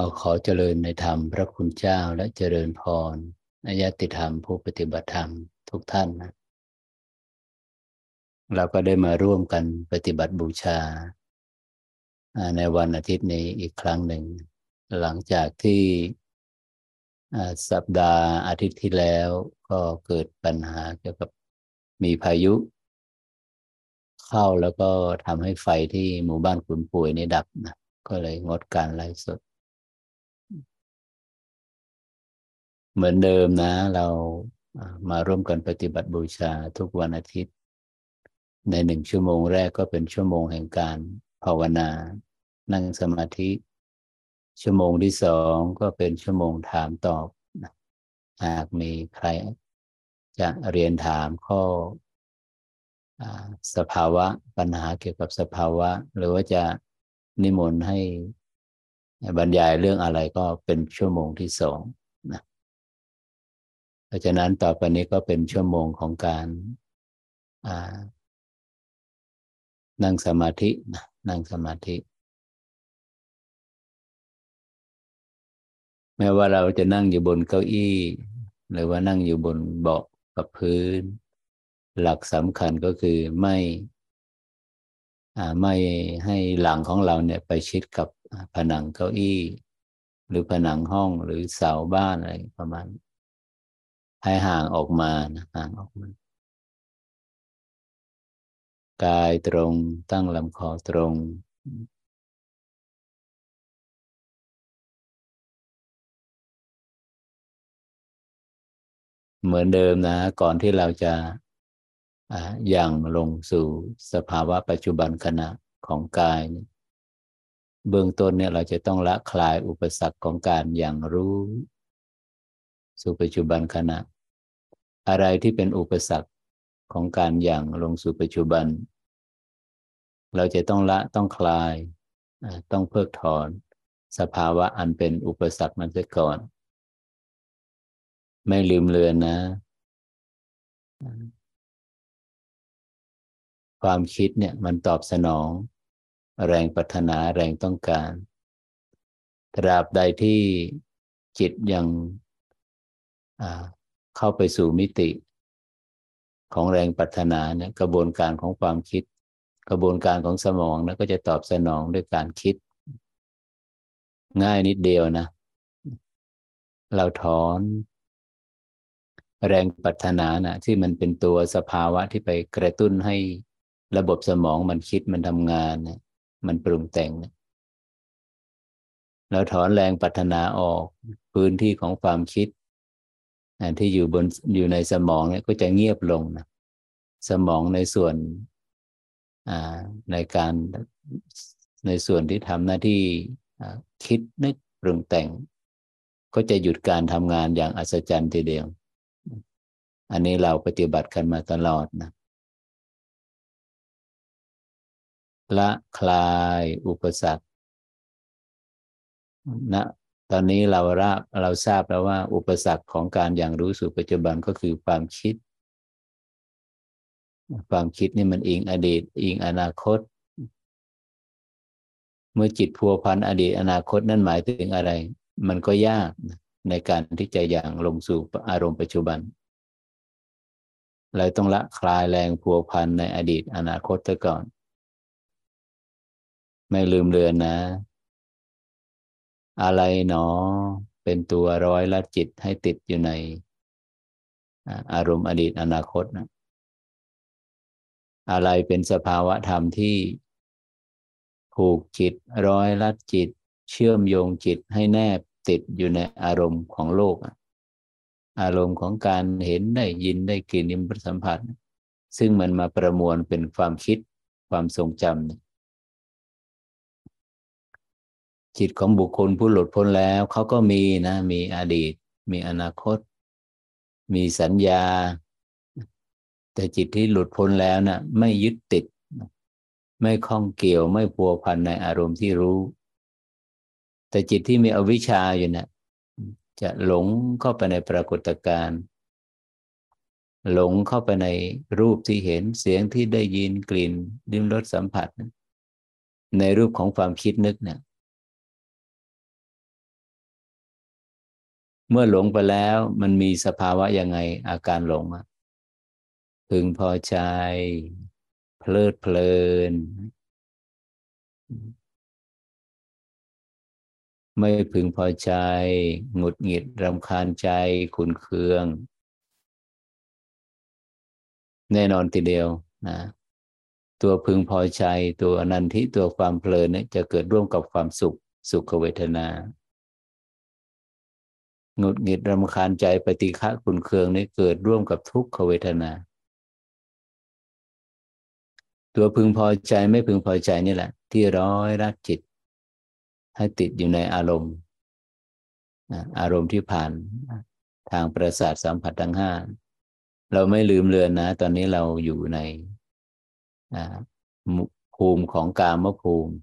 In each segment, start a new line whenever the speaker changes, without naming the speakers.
ขอเจริญในธรรมพระคุณเจ้าและเจริญพรญาติธรรมผู้ปฏิบัติธรรมทุกท่านนะเราก็ได้มาร่วมกันปฏิบัติบูชาในวันอาทิตย์นี้อีกครั้งหนึ่งหลังจากที่สัปดาห์อาทิตย์ที่แล้วก็เกิดปัญหาเกี่ยวกับมีพายุเข้าแล้วก็ทำให้ไฟที่หมู่บ้านขุนป่วยนี่ดับนะก็เลยงดการไลฟ์สดเหมือนเดิมนะเรามาร่วมกันปฏิบัติบูชาทุกวันอาทิตย์ใน1 ชั่วโมงแรกก็เป็นชั่วโมงแห่งการภาวนานั่งสมาธิชั่วโมงที่2ก็เป็นชั่วโมงถามตอบหากมีใครจะเรียนถามข้อสภาวะปัญหาเกี่ยวกับสภาวะหรือว่าจะนิมนต์ให้บรรยายเรื่องอะไรก็เป็นชั่วโมงที่2นะเพราะฉะนั้นต่อไปนี้ก็เป็นชั่วโมงของการนั่งสมาธินะนั่งสมาธิแม้ว่าเราจะนั่งอยู่บนเก้าอี้หรือว่านั่งอยู่บนเบาะกับพื้นหลักสำคัญก็คือไม่ให้หลังของเราเนี่ยไปชิดกับผนังเก้าอี้หรือผนังห้องหรือเสาบ้านอะไรประมาณให้ห่างออกมานะห่างออกมากายตรงตั้งลำคอตรงเหมือนเดิมนะก่อนที่เราจะอย่างลงสู่สภาวะปัจจุบันขณะของกายเบื้องต้นเนี่ยเราจะต้องละคลายอุปสรรคของการอย่างรู้สู่ปัจจุบันขณะอะไรที่เป็นอุปสรรคของการอย่างลงสู่ปัจจุบันเราจะต้องละต้องคลายต้องเพิกถอนสภาวะอันเป็นอุปสรรคนั้นเสียก่อนไม่ลืมเลือนนะความคิดเนี่ยมันตอบสนองแรงปรารถนาแรงต้องการตราบใดที่จิตยังเข้าไปสู่มิติของแรงปรารถนาเนี่ยกระบวนการของความคิดกระบวนการของสมองนะก็จะตอบสนองด้วยการคิดง่ายนิดเดียวนะเราถอนแรงปรารถนานะที่มันเป็นตัวสภาวะที่ไปกระตุ้นให้ระบบสมองมันคิดมันทำงานนะมันปรุงแต่งนะเราถอนแรงปรารถนาออกพื้นที่ของความคิดที่อยู่ในสมองเนี่ยก็จะเงียบลงนะสมองในส่วนในการในส่วนที่ทำหน้าที่คิดนึกปรุงแต่งก็จะหยุดการทำงานอย่างอัศจรรย์ทีเดียวอันนี้เราปฏิบัติกันมาตลอดนะละคลายอุปสรรคนะตอนนี้เราทราบแล้วว่าอุปสรรคของการอย่างรู้สู่ปัจจุบันก็คือความคิดนี่มันอิงอดีตอิงอนาคตเมื่อจิตพัวพันอดีตอนาคตนั่นหมายถึงอะไรมันก็ยากในการที่จะอย่างลงสู่อารมณ์ปัจจุบันเราต้องละคลายแรงพัวพันในอดีตอนาคตซะก่อนไม่ลืมเลือนนะอะไรหนอเป็นตัวร้อยละจิตให้ติดอยู่ในอารมณ์อดีตอนาคตนะอะไรเป็นสภาวะธรรมที่ผูกจิตร้อยลัดจิตเชื่อมโยงจิตให้แนบติดอยู่ในอารมณ์ของโลกอารมณ์ของการเห็นได้ยินได้กลิ่นลิ้มรสสัมผัสซึ่งมันมาประมวลเป็นความคิดความทรงจำจิตของบุคคลผู้หลุดพ้นแล้วเขาก็มีนะมีอดีตมีอนาคตมีสัญญาแต่จิตที่หลุดพ้นแล้วนะไม่ยึดติดไม่ข้องเกี่ยวไม่พัวพันในอารมณ์ที่รู้แต่จิตที่มีอวิชชาอยู่นะจะหลงเข้าไปในปรากฏการณ์หลงเข้าไปในรูปที่เห็นเสียงที่ได้ยินกลิ่นลิ้มรสสัมผัสในรูปของความคิดนึกเนี่ยเมื่อหลงไปแล้วมันมีสภาวะยังไงอาการหลงพึงพอใจเพลิดเพลินไม่พึงพอใจหงุดหงิดรำคาญใจขุ่นเคืองแน่นอนทีเดียวนะตัวพึงพอใจตัวอนันทิตัวความเพลินเนี่ยจะเกิดร่วมกับความสุขสุขเวทนาหงุดหงิดรำคาญใจปฏิฆะขุ่นเคืองนี่เกิดร่วมกับทุกขเวทนาตัวพึงพอใจไม่พึงพอใจนี่แหละที่ร้อยรัดจิตให้ติดอยู่ในอารมณ์อารมณ์ที่ผ่านทางประสาทสัมผัสทั้งห้าเราไม่ลืมเลือนนะตอนนี้เราอยู่ในภูมิของกามภูมิ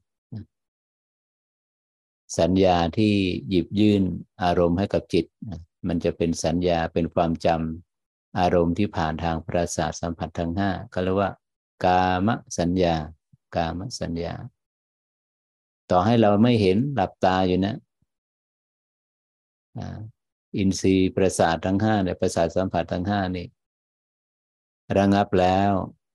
สัญญาที่หยิบยื่นอารมณ์ให้กับจิตมันจะเป็นสัญญาเป็นความจำอารมณ์ที่ผ่านทางประสาทสัมผัสทั้งห้าก็เรียกว่ากามสัญญากามสัญญาต่อให้เราไม่เห็นหลับตาอยู่นะอินทรีย์ประสาททั้งห้าในประสาทสัมผัสทั้งห้านี่ระงับแล้ว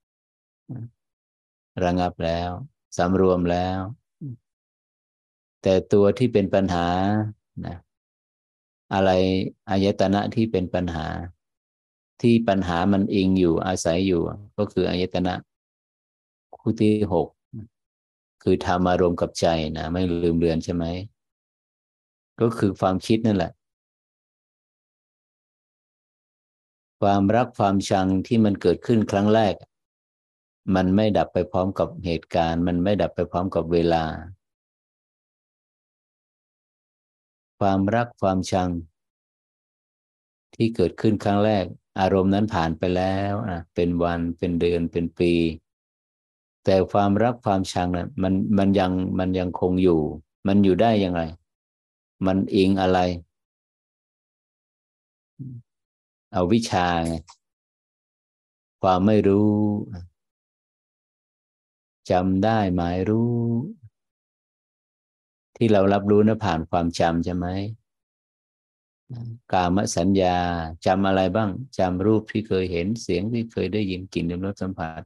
ระงับแล้วสำรวมแล้วแต่ตัวที่เป็นปัญหานะอะไรอายตนะที่เป็นปัญหาที่ปัญหามันอิงอยู่อาศัยอยู่ก็คืออายตนะคู่ที่หกคือธรรมารมณ์กับใจนะไม่ลืมเลือนใช่ไหมก็คือความคิดนั่นแหละความรักความชังที่มันเกิดขึ้นครั้งแรกมันไม่ดับไปพร้อมกับเหตุการณ์มันไม่ดับไปพร้อมกับเวลาความรักความชังที่เกิดขึ้นครั้งแรกอารมณ์นั้นผ่านไปแล้วนะเป็นวันเป็นเดือนเป็นปีแต่ความรักความชังนะมันยังคงอยู่มันอยู่ได้ยังไงมันอิงอะไรเอาวิชาไงความไม่รู้จำได้หมายรู้ที่เรารับรู้นะผ่านความจำใช่ไหมกามสัญญาจำอะไรบ้างจำรูปที่เคยเห็นเสียงที่เคยได้ยินกลิ่นรสสัมผัส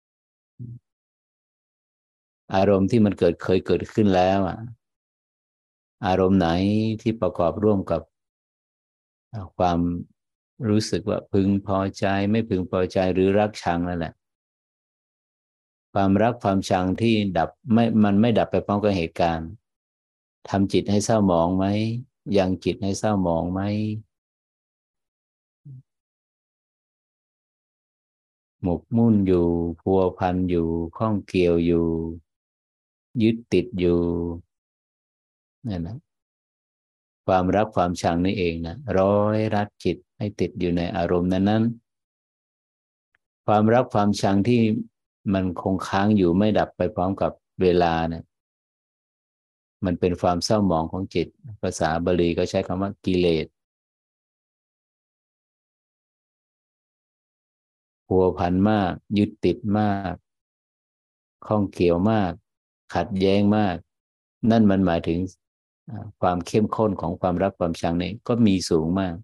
อารมณ์ที่มันเคยเกิดขึ้นแล้วอารมณ์ไหนที่ประกอบร่วมกับความรู้สึกว่าพึงพอใจไม่พึงพอใจหรือรักชังนั่นแหละความรักความชังที่ดับไม่มันไม่ดับไปพร้อมกับเหตุการณ์ทำจิตให้เศร้าหมองไหมยังจิตให้เศร้าหมองไหมหมกมุ่นอยู่พัวพันอยู่ข้องเกี่ยวอยู่ยึดติดอยู่นั่นนะความรักความชังนี่เองนะร้อยรัดจิตให้ติดอยู่ในอารมณ์นั้นๆความรักความชังที่มันคงค้างอยู่ไม่ดับไปพร้อมกับเวลาเนี่ยมันเป็นความเศร้าหมองของจิตภาษาบาลีก็ใช้คำว่ากิเลสพัวพันมากยึดติดมากข้องเกี่ยวมากขัดแย้งมากนั่นมันหมายถึงความเข้มข้นของความรักความชังนี่ก็มีสูงมาก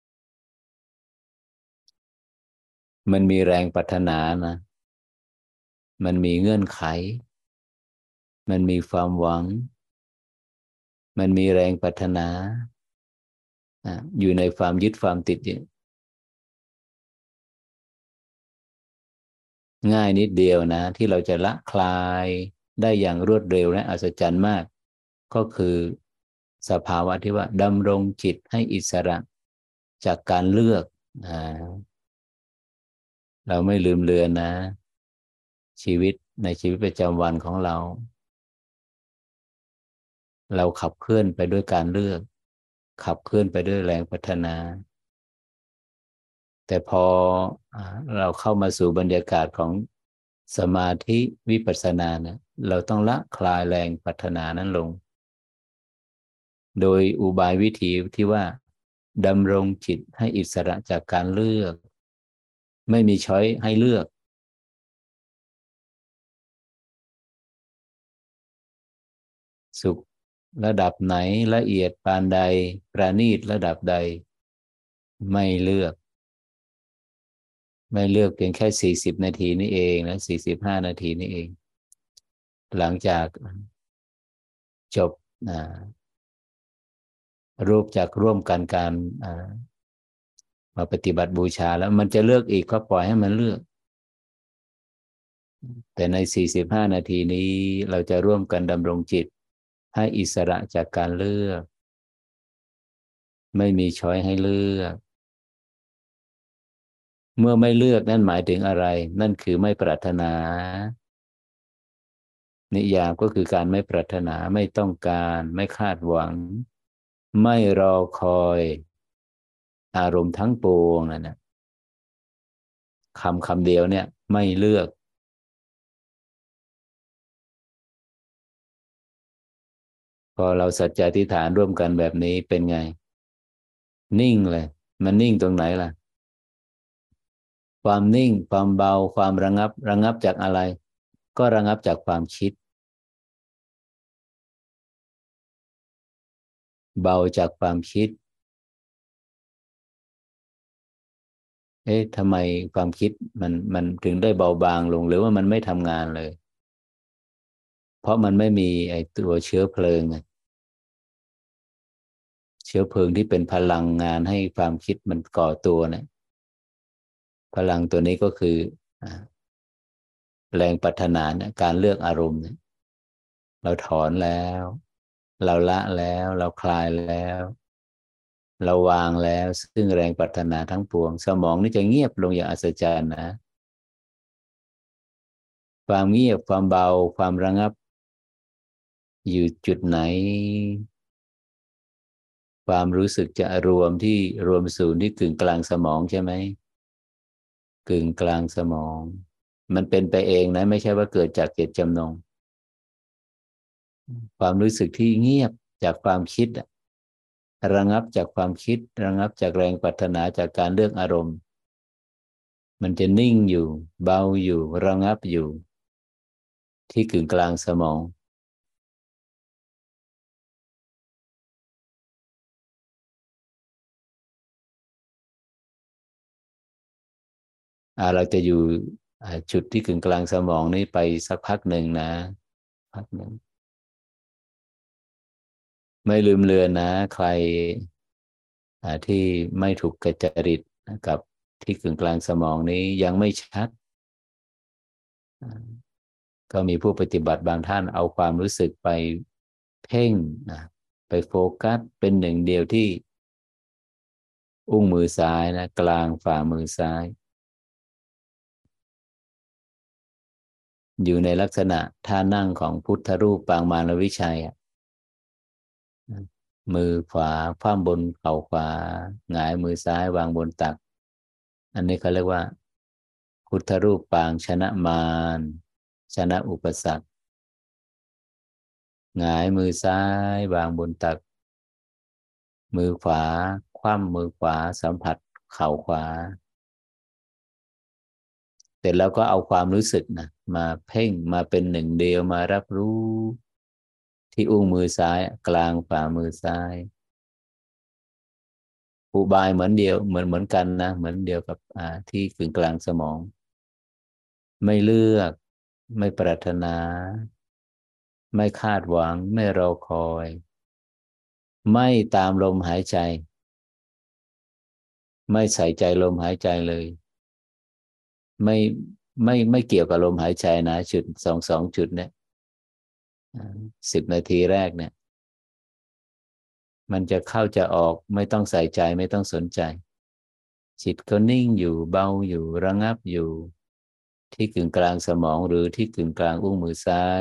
มันมีแรงปรารถนานะมันมีเงื่อนไขมันมีความหวังมันมีแรงปรารถนาอยู่ในความยึดความติดง่ายนิดเดียวนะที่เราจะละคลายได้อย่างรวดเร็วและอัศจรรย์มากก็คือสภาวะที่ว่าดำรงจิตให้อิสระจากการเลือกอ่าเราไม่ลืมเลือนนะชีวิตในชีวิตประจำวันของเราขับเคลื่อนไปด้วยการเลือกขับเคลื่อนไปด้วยแรงพัฒนาแต่พอเราเข้ามาสู่บรรยากาศของสมาธิวิปัสสนาเนี่ยเราต้องละคลายแรงพัฒนานั้นลงโดยอุบายวิธีที่ว่าดำรงจิตให้อิสระจากการเลือกไม่มีช้อยให้เลือกสุขระดับไหนละเอียดปานใดประณีตระดับใดไม่เลือกเพียงแค่40 นาทีนี่เองนะ45 นาทีนี่เองหลังจากจบรูปจากร่วมกันการมาปฏิบัติบูชาแล้วมันจะเลือกอีกก็ปล่อยให้มันเลือกแต่ใน45 นาทีนี้เราจะร่วมกันดำรงจิตให้อิสระจากการเลือกไม่มีช้อยให้เลือกเมื่อไม่เลือกนั่นหมายถึงอะไรนั่นคือไม่ปรารถนานิยามก็คือการไม่ปรารถนาไม่ต้องการไม่คาดหวังไม่รอคอยอารมณ์ทั้งปวงนั่นนะคำเดียวเนี่ยไม่เลือกพอเราสัจจะอธิษฐานร่วมกันแบบนี้เป็นไงนิ่งเลยมันนิ่งตรงไหนล่ะความนิ่งความเบาความระงับจากอะไรก็ระงับจากความคิดเบาจากความคิดทำไมความคิดมันถึงได้เบาบางลงหรือว่ามันไม่ทำงานเลยเพราะมันไม่มีไอ้ตัวเชื้อเพลิงเชื้อเพลิงที่เป็นพลังงานให้ความคิดมันก่อตัวเนี่ยพลังตัวนี้ก็คืออ่าแรงปรารถนาเนี่ยการเลือกอารมณ์เนี่ยเราถอนแล้วเราละแล้วเราคลายแล้วเราวางแล้วซึ่งแรงปรารถนาทั้งปวงสมองนี่จะเงียบลงอย่างอัศจรรย์นะความเงียบความเบาความระงับอยู่จุดไหนความรู้สึกจะรวมที่รวมศูนย์ที่กึ่งกลางสมองใช่ไหมกึ่งกลางสมองมันเป็นไปเองนะไม่ใช่ว่าเกิดจากเจตจำนงความรู้สึกที่เงียบจากความคิดระงับจากความคิดระงับจากแรงปรารถนาจากการเลือกอารมณ์มันจะนิ่งอยู่เบาอยู่ระงับอยู่ที่กึ่งกลางสมองเราจะอยู่จุดที่กึ่งกลางสมองนี้ไปสักพักหนึ่งนะพักหนึ่งไม่ลืมเลือนนะใครที่ไม่ถูกกจริตกับที่กึ่งกลางสมองนี้ยังไม่ชัดก็มีผู้ปฏิบัติบางท่านเอาความรู้สึกไปเพ่งนะไปโฟกัสเป็นหนึ่งเดียวที่อุ้งมือซ้ายนะกลางฝ่ามือซ้ายอยู่ในลักษณะท่านั่งของพุทธรูปปางมารวิชัยมือขวาคว่ำบนเข่าขวาหงายมือซ้ายวางบนตักอันนี้เขาเรียกว่าพุทธรูปปางชนะมารชนะอุปสรรคหงายมือซ้ายวางบนตักมือขวาคว่ำมือขวาสัมผัสเข่าขวาเสร็จแล้วก็เอาความรู้สึกนะมาเพ่งมาเป็นหนึ่งเดียวมารับรู้ที่อุ้งมือซ้ายกลางฝ่ามือซ้ายอุบายเหมือนเดียวเหมือนกันนะเหมือนเดียวกับที่กึ่งกลางสมองไม่เลือกไม่ปรารถนาไม่คาดหวังไม่รอคอยไม่ตามลมหายใจไม่ใส่ใจลมหายใจเลยไม่ไม่เกี่ยวกับลมหายใจนะจุดสองจุดเนี่ย10 นาทีแรกเนี่ยมันจะเข้าจะออกไม่ต้องใส่ใจไม่ต้องสนใจจิตก็นิ่งอยู่เบาอยู่ระงับอยู่ที่กึ่งกลางสมองหรือที่กึ่งกลางอุ้งมือซ้าย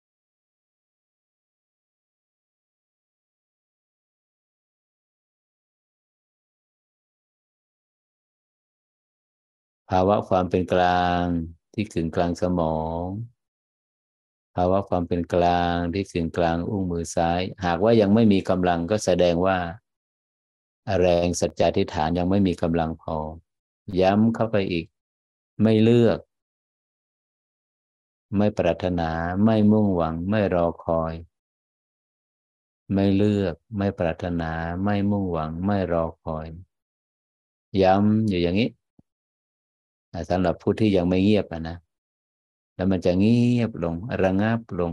ภาวะความเป็นกลางที่กึ่งกลางสมองภาวะความเป็นกลางที่กึ่งกลางอุ้งมือซ้ายหากว่ายังไม่มีกำลังก็แสดงว่าแรงสัจจะอธิษฐานยังไม่มีกำลังพอย้ำเข้าไปอีกไม่เลือกไม่ปรารถนาไม่มุ่งหวังไม่รอคอยไม่เลือกไม่ปรารถนาไม่มุ่งหวังไม่รอคอยย้ำอยู่อย่างนี้สำหรับผู้ที่ยังไม่เงียบนะแล้วมันจะเงียบลงระงับลง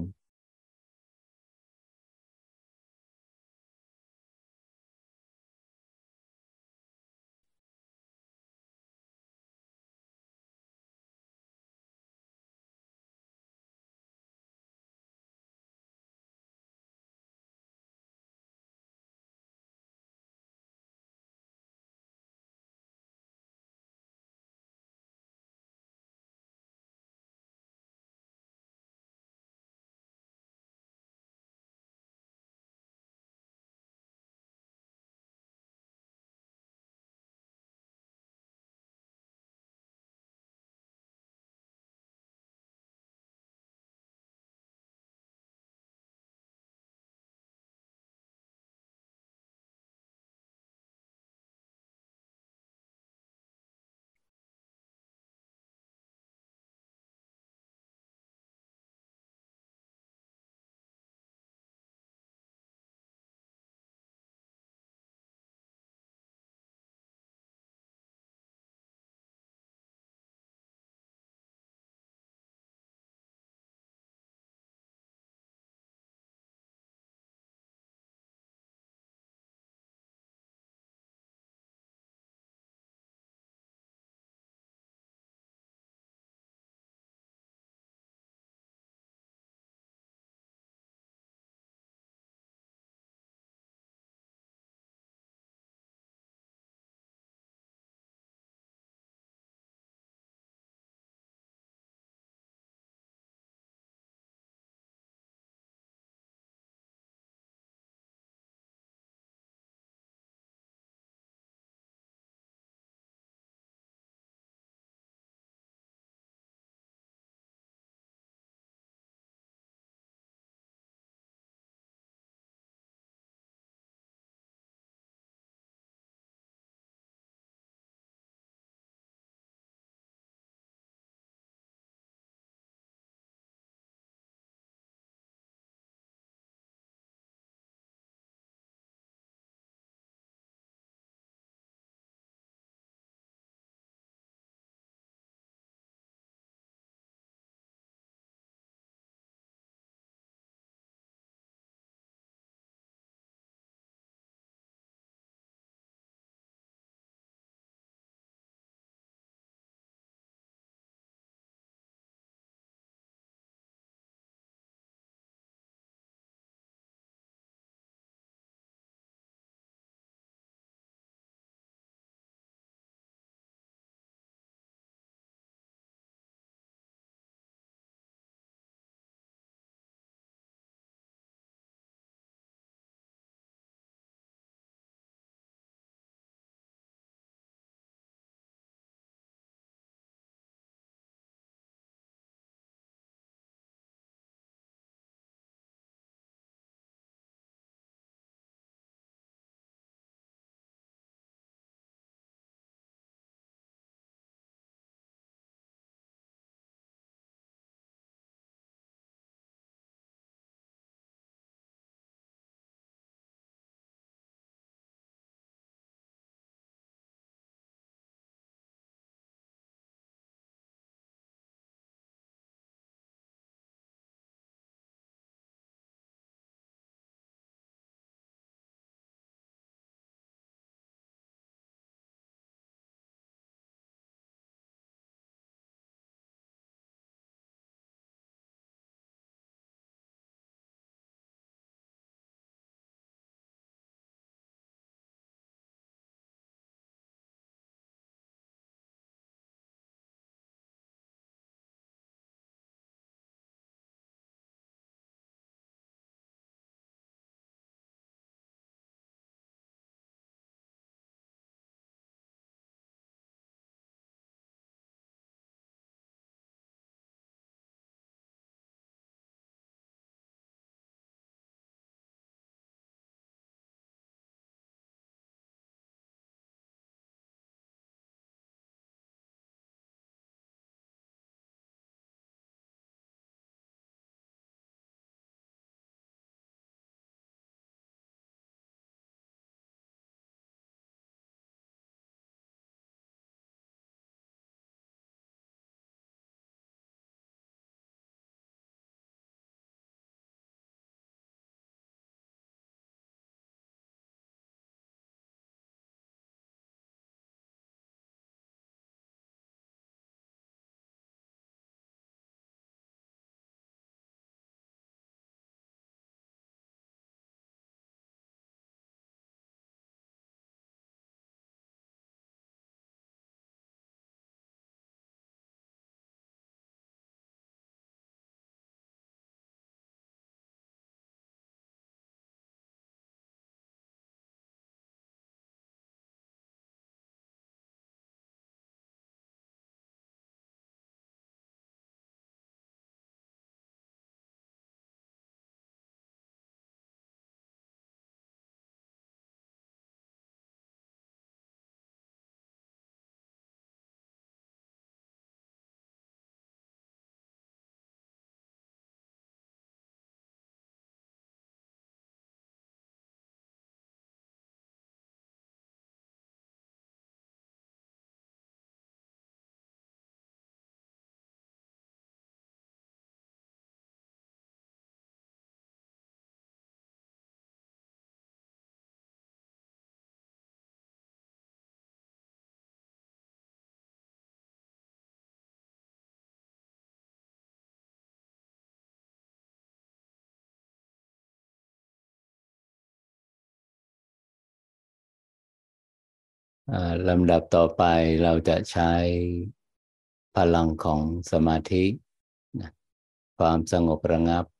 ลำดับต่อไปเราจะใช้พลังของสมาธินะความสงบระงับ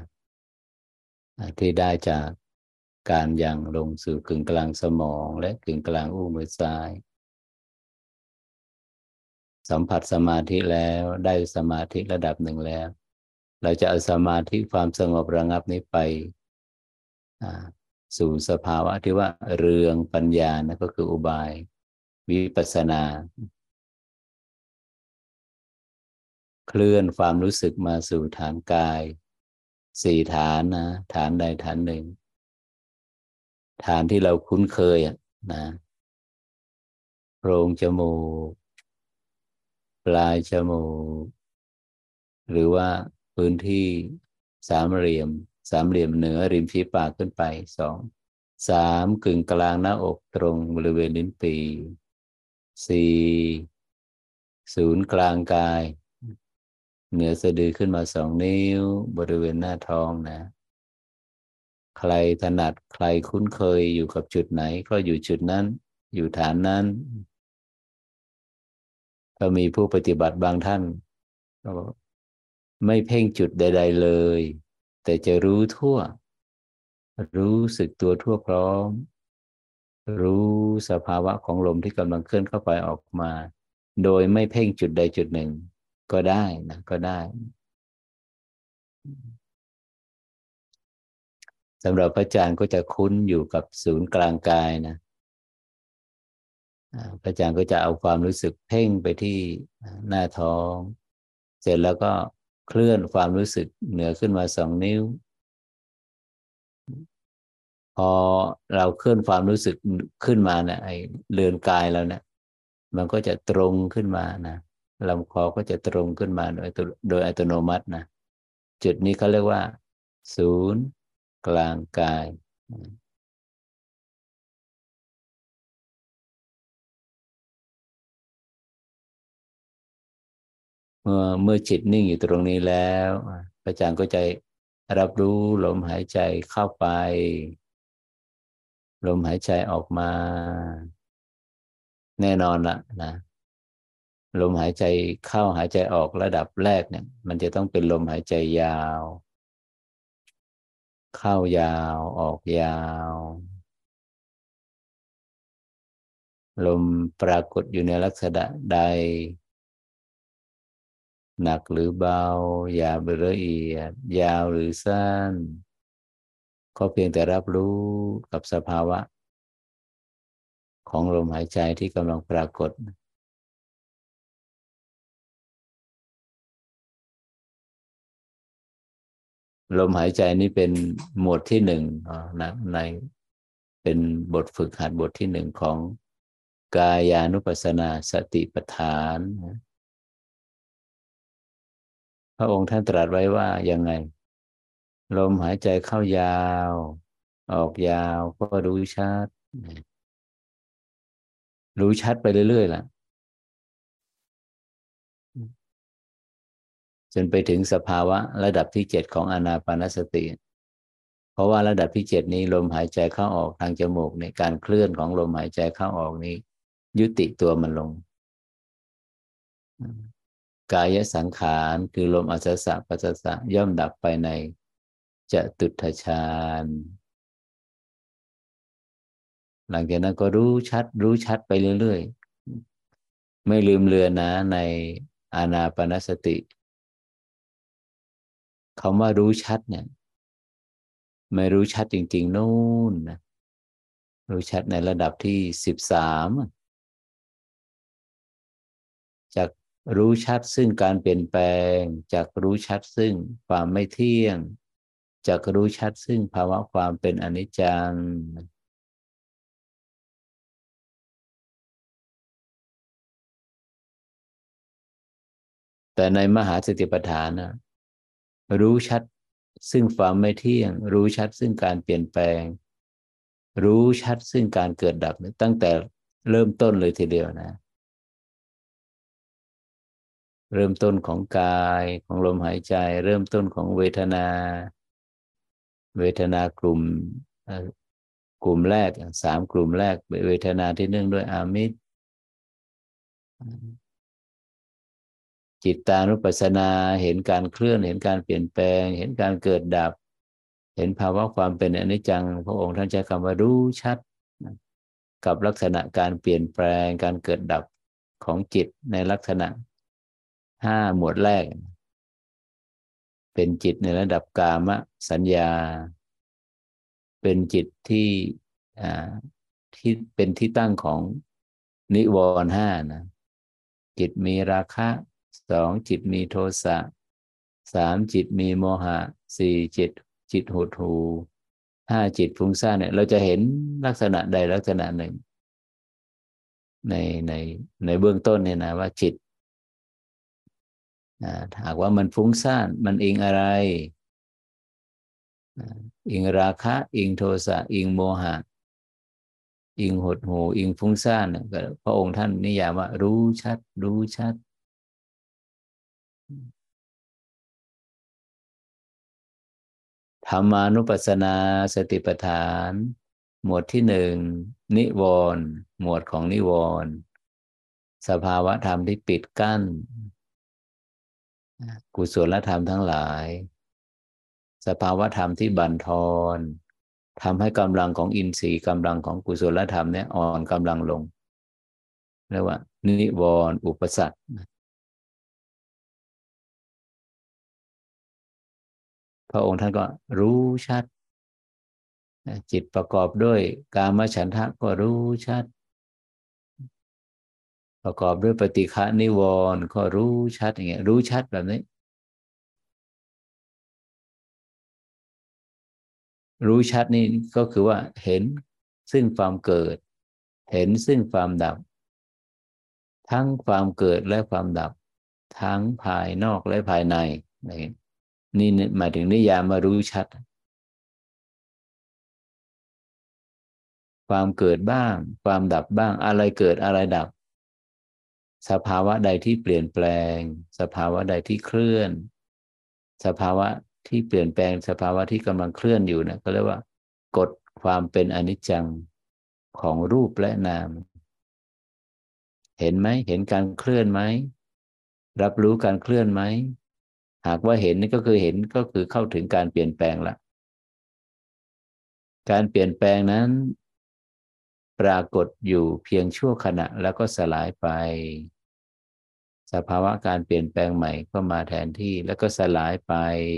ที่ได้จากการยังลงสู่กึ่งกลางสมองและกึ่งกลางอุ้งมือซ้ายสัมผัสสมาธิแล้วได้สมาธิระดับหนึ่งแล้วเราจะเอาสมาธิความสงบระงับนี้ไปสู่สภาวะที่ว่าเรืองปัญญานะก็คืออุบายวิปัสสนาเคลื่อนความรู้สึกมาสู่ฐานกายสี่ฐานนะฐานใดฐานหนึ่งฐานที่เราคุ้นเคยนะโพรงจมูกปลายจมูกหรือว่าพื้นที่สามเหลี่ยมเหนือริมฝีปากขึ้นไปสองสามกึ่งกลางหน้าอกตรงบริเวณลิ้นปี่สี่ศูนย์กลางกายเหนือสะดือขึ้นมา2 นิ้วบริเวณหน้าท้องนะใครถนัดใครคุ้นเคยอยู่กับจุดไหนก็อยู่จุดนั้นอยู่ฐานนั้นก็มีผู้ปฏิบัติบางท่านก็ไม่เพ่งจุดใดๆเลยแต่จะรู้ทั่วรู้สึกตัวทั่วพร้อมรู้สภาวะของลมที่กำลังเคลื่อนเข้าไปออกมาโดยไม่เพ่งจุดใดจุดหนึ่งก็ได้นะก็ได้สำหรับพระอาจารย์ก็จะคุ้นอยู่กับศูนย์กลางกายนะพระอาจารย์ก็จะเอาความรู้สึกเพ่งไปที่หน้าท้องเสร็จแล้วก็เคลื่อนความรู้สึกเหนือขึ้นมา2 นิ้วพอเราเคลื่อนความรู้สึกขึ้นมาเนี่ยไอ้เรือนกายเราเนี่ยมันก็จะตรงขึ้นมานะลำคอก็จะตรงขึ้นมาโดยอัตโนมัตินะจุดนี้เขาเรียกว่าศูนย์กลางกายเมื่อจิตนิ่งอยู่ตรงนี้แล้วพระอาจารย์ก็จะรับรู้ลมหายใจเข้าไปลมหายใจออกมาแน่นอนละนะลมหายใจเข้าหายใจออกระดับแรกเนี่ยมันจะต้องเป็นลมหายใจยาวเข้ายาวออกยาวลมปรากฏอยู่ในลักษณะใดหนักหรือเบาหยาบหรือละเอียดยาวหรือสั้นก็เพียงแต่รับรู้กับสภาวะของลมหายใจที่กำลังปรากฏลมหายใจนี้เป็นหมวดที่1นะในเป็นบทฝึกหัดบทที่1ของกายานุปัสสนาสติปัฏฐานพระองค์ท่านตรัสไว้ว่ายังไงลมหายใจเข้ายาวออกยาวก็รู้ชัดรู้ชัดไปเรื่อยๆล่ะจนไปถึงสภาวะระดับที่7ของอานาปานสติเพราะว่าระดับที่7นี้ลมหายใจเข้าออกทางจมูกในการเคลื่อนของลมหายใจเข้าออกนี้ยุติตัวมันลงกายสังขารคือลมอัศสะปัสสะย่อมดับไปในจตุตฌานหลังจากนั้นก็รู้ชัดไปเรื่อยๆไม่ลืมเลือนนะในอานาปานสติคำว่ารู้ชัดเนี่ยไม่รู้ชัดจริงๆนู่นนะรู้ชัดในระดับที่13จากรู้ชัดซึ่งการเปลี่ยนแปลงจากรู้ชัดซึ่งความไม่เที่ยงจากรู้ชัดซึ่งภาวะความเป็นอนิจจัง แต่ในมหาสติปัฏฐานนะรู้ชัดซึ่งความไม่เที่ยงรู้ชัดซึ่งการเปลี่ยนแปลงรู้ชัดซึ่งการเกิดดับตั้งแต่เริ่มต้นเลยทีเดียวนะเริ่มต้นของกายของลมหายใจเริ่มต้นของเวทนากลุ่มกลุ่มแรก3กลุ่มแรกเวทนาที่เนื่องด้วยอามิสจิตตานุปัสสนาเห็นการเคลื่อนเห็นการเปลี่ยนแปลงเห็นการเกิดดับเห็นภาวะความเป็นอนิจจังพระองค์ท่านใช้คำว่ารู้ชัดกับลักษณะการเปลี่ยนแปลงการเกิดดับของจิตในลักษณะ5 หมวดแรกเป็นจิตในระดับกามสัญญาเป็นจิตที่เป็นที่ตั้งของนิวรณ์5นะจิตมีราคะ2จิตมีโทสะ3จิตมีโมหะ4จิตหดหู่5จิตฟุ้งซ่านเนี่ยเราจะเห็นลักษณะใดลักษณะหนึ่งในในในเบื้องต้นเนี่ยนะว่าจิตหากว่ามันฟุ้งซ่านมันอิงอะไรอิงราคะอิงโทสะอิงโมหะอิงหดหู่อิงฟุ้งซ่านเนี่ยพระองค์ท่านนิยามว่ารู้ชัดรู้ชัดธรรมานุปัสสนาสติปัฏฐานหมวดที่1นิวรณ์หมวดของนิวรณ์สภาวะธรรมที่ปิดกั้นกุศลธรรมทั้งหลายสภาวะธรรมที่บั่นทอนทำให้กำลังของอินทรีย์กำลังของกุศลธรรมเนี่ยอ่อนกำลังลงเรียกว่านิวรณ์อุปสรรคพระองค์ท่านก็รู้ชัดจิตประกอบด้วยกามฉันทะก็รู้ชัดประกอบด้วยปฏิฆะนิวรณ์ก็รู้ชัดอย่างเงี้ยรู้ชัดแบบนี้รู้ชัดนี่ก็คือว่าเห็นซึ่งความเกิดเห็นซึ่งความดับทั้งความเกิดและความดับทั้งภายนอกและภายในนี่หมายถึงนิยามมารู้ชัดความเกิดบ้างความดับบ้างอะไรเกิดอะไรดับสภาวะใดที่เปลี่ยนแปลงสภาวะใดที่เคลื่อนสภาวะที่เปลี่ยนแปลงสภาวะที่กำลังเคลื่อนอยู่นะก็เรียกว่ากฎความเป็นอนิจจังของรูปและนามเห็นไหมเห็นการเคลื่อนไหมรับรู้การเคลื่อนไหมหากว่าเห็นนี่ก็คือเห็นก็คือเข้าถึงการเปลี่ยนแปลงละการเปลี่ยนแปลงนั้นปรากฏอยู่เพียงชั่วขณะแล้วก็สลายไปสภาวะการเปลี่ยนแปลงใหม่ก็มาแทนที่แล้วก็สลายไป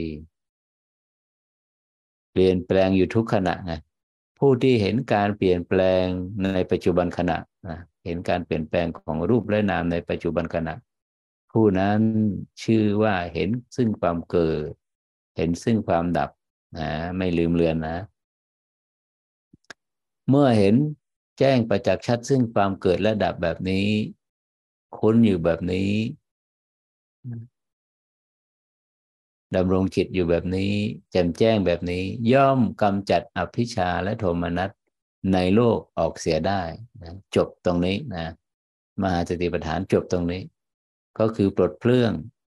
เปลี่ยนแปลงอยู่ทุกขณะไงผู้ที่เห็นการเปลี่ยนแปลงในปัจจุบันขณะนะเห็นการเปลี่ยนแปลงของรูปและนามในปัจจุบันขณะผู้นั้นชื่อว่าเห็นซึ่งความเกิดเห็นซึ่งความดับนะไม่ลืมเลือนนะเมื่อเห็นแจ้งประจักษ์ชัดซึ่งความเกิดและดับแบบนี้ค้นอยู่แบบนี้ดำรงจิตอยู่แบบนี้แจ่มแจ้งแบบนี้ย่อมกำจัดอภิชฌาและโทมนัสในโลกออกเสียได้นะจบตรงนี้นะมหาสติปัฏฐานจบตรงนี้ก็คือปลดเปลื้อง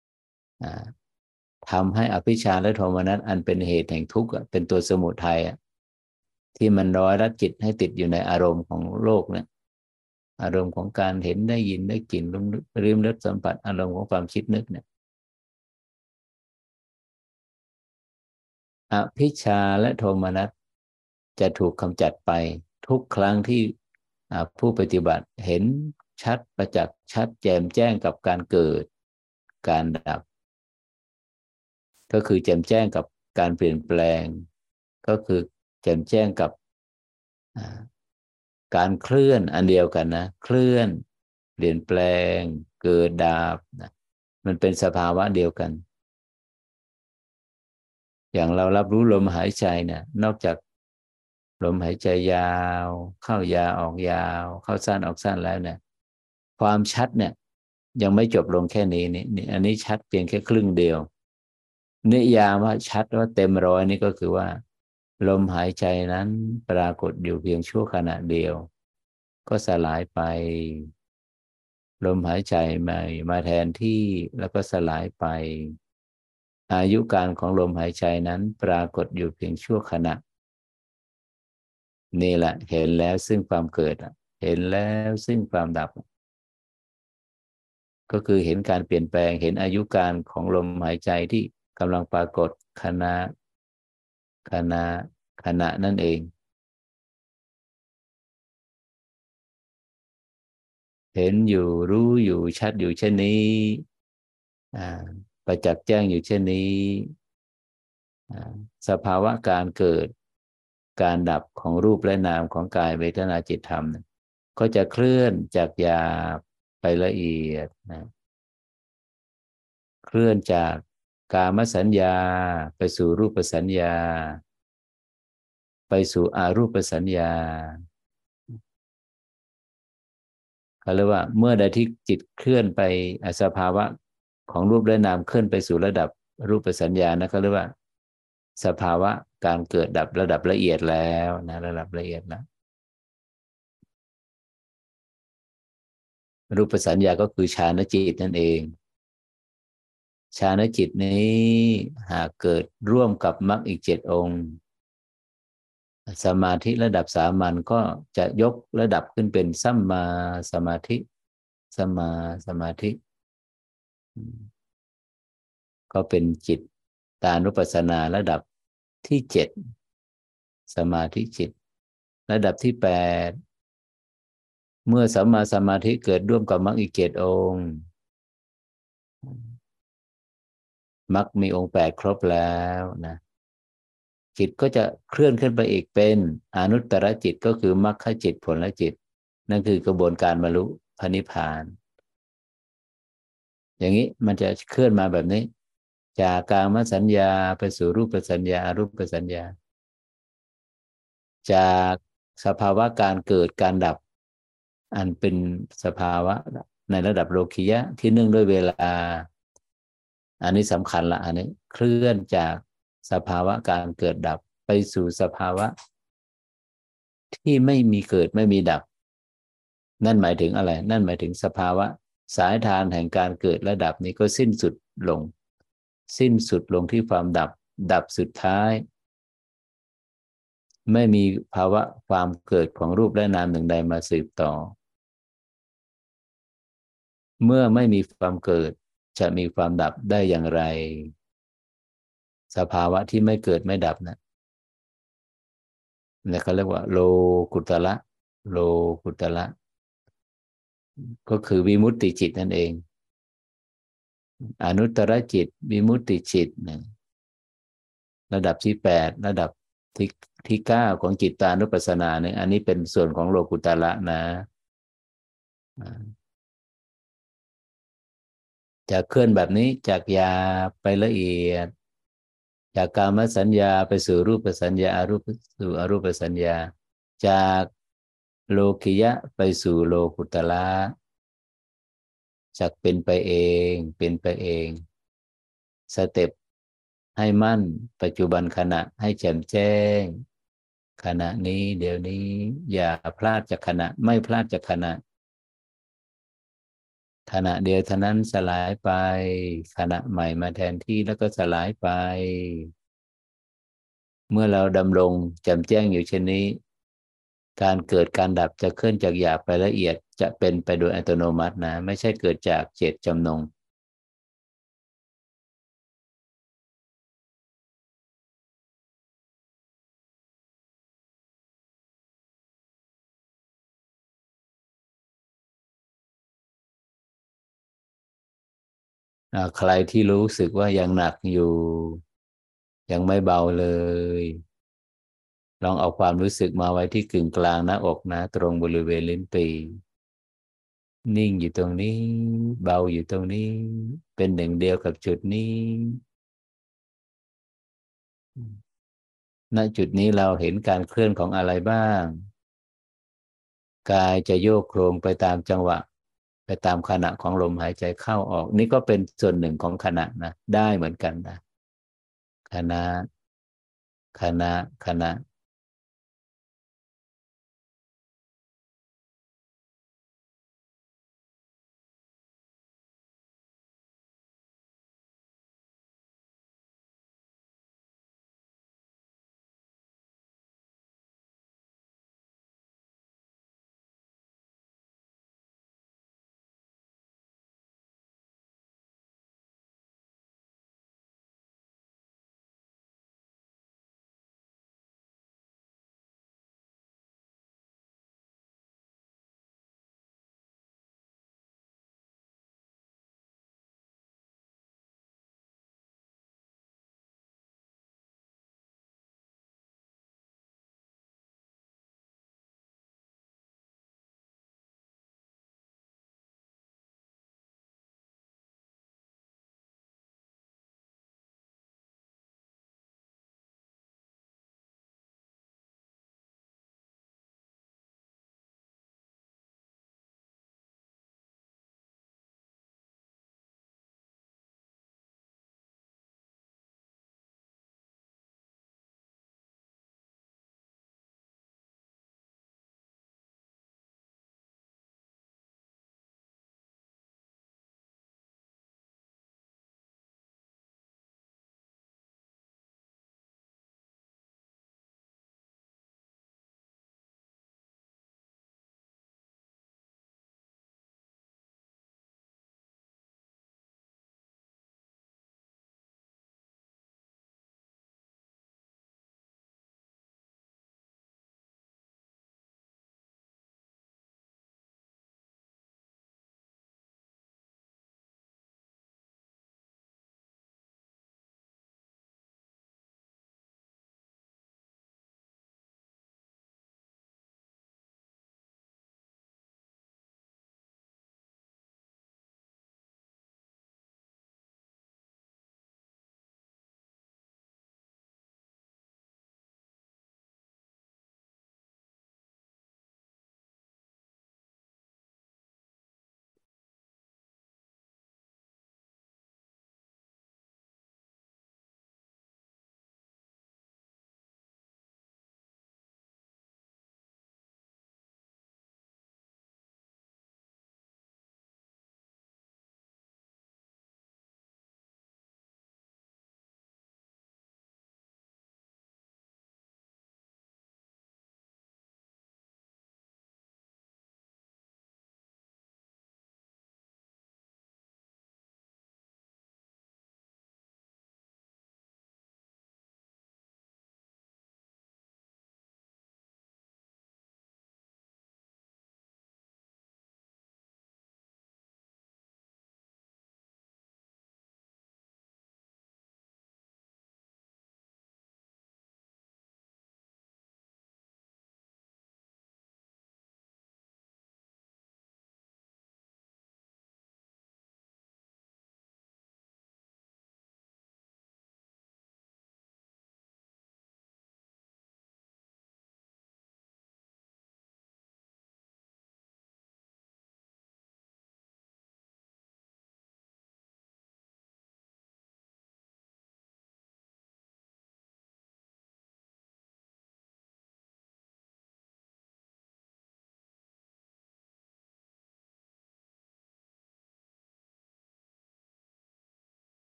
ทำให้อภิชฌาและโทมนัสอันเป็นเหตุแห่งทุกข์เป็นตัวสมุทัยที่มันร้อยรัดจิตให้ติดอยู่ในอารมณ์ของโลกเนี่ยอารมณ์ของการเห็นได้ยินได้กลิ่นริมรสสัมผัสอารมณ์ของความคิดนึกเนี่ยอภิชฌาและโทมนัสจะถูกกำจัดไปทุกครั้งที่ผู้ปฏิบัติเห็นชัดประจักษ์ชัดแจ่มแจ้งกับการเกิดการดับก็คือแจ่มแจ้งกับการเปลี่ยนแปลงก็คือแจ่มแจ้งกับการเคลื่อนอันเดียวกันนะเคลื่อนเปลี่ยนแปลงเกิดดับนะมันเป็นสภาวะเดียวกันอย่างเรารับรู้ลมหายใจเนี่ยนอกจากลมหายใจยาวเข้ายาวออกยาวเข้าสั้นออกสั้นแล้วเนี่ยความชัดเนี่ยยังไม่จบลงแค่นี้นี่อันนี้ชัดเพียงแค่ครึ่งเดียวนิยามว่าชัดว่าเต็มร้อยนี่ก็คือว่าลมหายใจนั้นปรากฏอยู่เพียงชั่วขณะเดียวก็สลายไปลมหายใจใหม่มาแทนที่แล้วก็สลายไปอายุการของลมหายใจนั้นปรากฏอยู่เพียงชั่วขณะนี่แหละเห็นแล้วซึ่งความเกิดเห็นแล้วซึ่งความดับก็คือเห็นการเปลี่ยนแปลงเห็นอายุการของลมหายใจที่กำลังปรากฏขณะขณะนั่นเองเห็นอยู่รู้อยู่ชัดอยู่เช่นนี้อ่าประจักษ์แจ้งอยู่เช่นนี้สภาวะการเกิดการดับของรูปและนามของกายเวทนาจิตธรรมเนี่ยก็จะเคลื่อนจากหยาบไปละเอียดนะเคลื่อนจากกามสัญญาไปสู่รูปสัญญาไปสู่อารูปสัญญาเขาเรียกว่าเมื่อใดที่จิตเคลื่อนไปสภาวะของรูปและนามเคลื่อนไปสู่ระดับรูปสัญญานะเขาเรียกว่าสภาวะการเกิดดับระดับละเอียดแล้วนะระดับละเอียดแล้วรูปสัญญาก็คือฌานจิตนั่นเองฌานจิตนี้หากเกิดร่วมกับมรรคอีก7 องค์สมาธิระดับสามัญก็จะยกระดับขึ้นเป็นสัมมาสมาธิสัมมาสมาธิก็เป็นจิตตานุปัสสนาระดับที่ 7สมาธิจิตระดับที่ 8เมื่อสัมมาสมาธิเกิดร่วมกับมรรคอีก7 องค์มรรคมีองค์ 8ครบแล้วนะจิตก็จะเคลื่อนขึ้นไปอีกเป็นอนุตตรจิตก็คือมรรคจิตผลจิตนั่นคือกระบวนการบรรลุพระนิพพานอย่างนี้มันจะเคลื่อนมาแบบนี้จากกามสัญญาไปสู่รูปสัญญาอรูปสัญญาจากสภาวะการเกิดการดับอันเป็นสภาวะในระดับโลคียะที่เนื่องด้วยเวลาอันนี้สำคัญละอันนี้เคลื่อนจากสภาวะการเกิดดับไปสู่สภาวะที่ไม่มีเกิดไม่มีดับนั่นหมายถึงอะไรนั่นหมายถึงสภาวะสายทานแห่งการเกิดและดับนี้ก็สิ้นสุดลงสิ้นสุดลงที่ความดับดับสุดท้ายไม่มีภาวะความเกิดของรูปและนามหนึ่งใดมาสืบต่อเมื่อไม่มีความเกิดจะมีความดับได้อย่างไรสภาวะที่ไม่เกิดไม่ดับนะเนี่ยเขาเรียกว่าโลกุตละโลกุตละก็คือวิมุตติจิตนั่นเองอนุตตรจิตวิมุตติจิตนะระดับที่ 8ระดับที่ที่ 9ของจิตตานุปัสสนาเนี่ยอันนี้เป็นส่วนของโลกุตละนะจะเคลื่อนแบบนี้จากหยาบไปละเอียดจากกามสัญญาไปสู่รูปสัญญาสู่อรูปสัญญาจากโลกิยะไปสู่โลกุตละจากเป็นไปเองเป็นไปเองสเต็ปให้มั่นปัจจุบันขณะให้แจ่มแจ้งขณะนี้เดี๋ยวนี้อย่าพลาดจากขณะไม่พลาดจากขณะขณะเดียวเท่านั้นสลายไปขณะใหม่มาแทนที่แล้วก็สลายไปเมื่อเราดำรงแจ่มแจ้งอยู่เช่นนี้การเกิดการดับจะเคลื่อนจากหยาบไปละเอียดจะเป็นไปโดยอัตโนมัตินะไม่ใช่เกิดจากเจตจำนงใครที่รู้สึกว่ายังหนักอยู่ยังไม่เบาเลยลองเอาความรู้สึกมาไว้ที่กึ่งกลางหน้าอกนะตรงบริเวณลิ้นปี่นิ่งอยู่ตรงนี้เบาอยู่ตรงนี้เป็นหนึ่งเดียวกับจุดนี้ณจุดนี้เราเห็นการเคลื่อนของอะไรบ้างกายจะโยกโครงไปตามจังหวะไปตามขณะของลมหายใจเข้าออกนี่ก็เป็นส่วนหนึ่งของขณะนะได้เหมือนกันนะขณะขณะ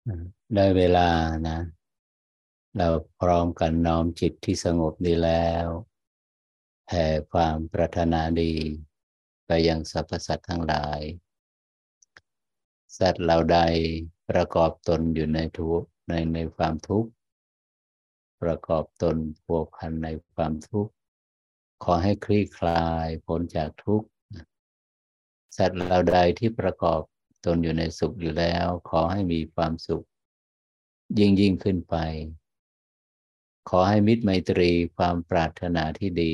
ได้เวลานะเราพร้อมกันน้อมจิตที่สงบดีแล้วแผ่ความปรารถนาดีไปยังสรรพสัตว์ทั้งหลายสัตว์เหล่าใดประกอบตนอยู่ในทุกข์ในความทุกข์ประกอบตนพัวพันในความทุกข์ขอให้คลี่คลายพ้นจากทุกข์สัตว์เหล่าใดที่ประกอบตนอยู่ในสุขอยู่แล้วขอให้มีความสุขยิ่งขึ้นไปขอให้มิตรไมตรีความปรารถนาที่ดี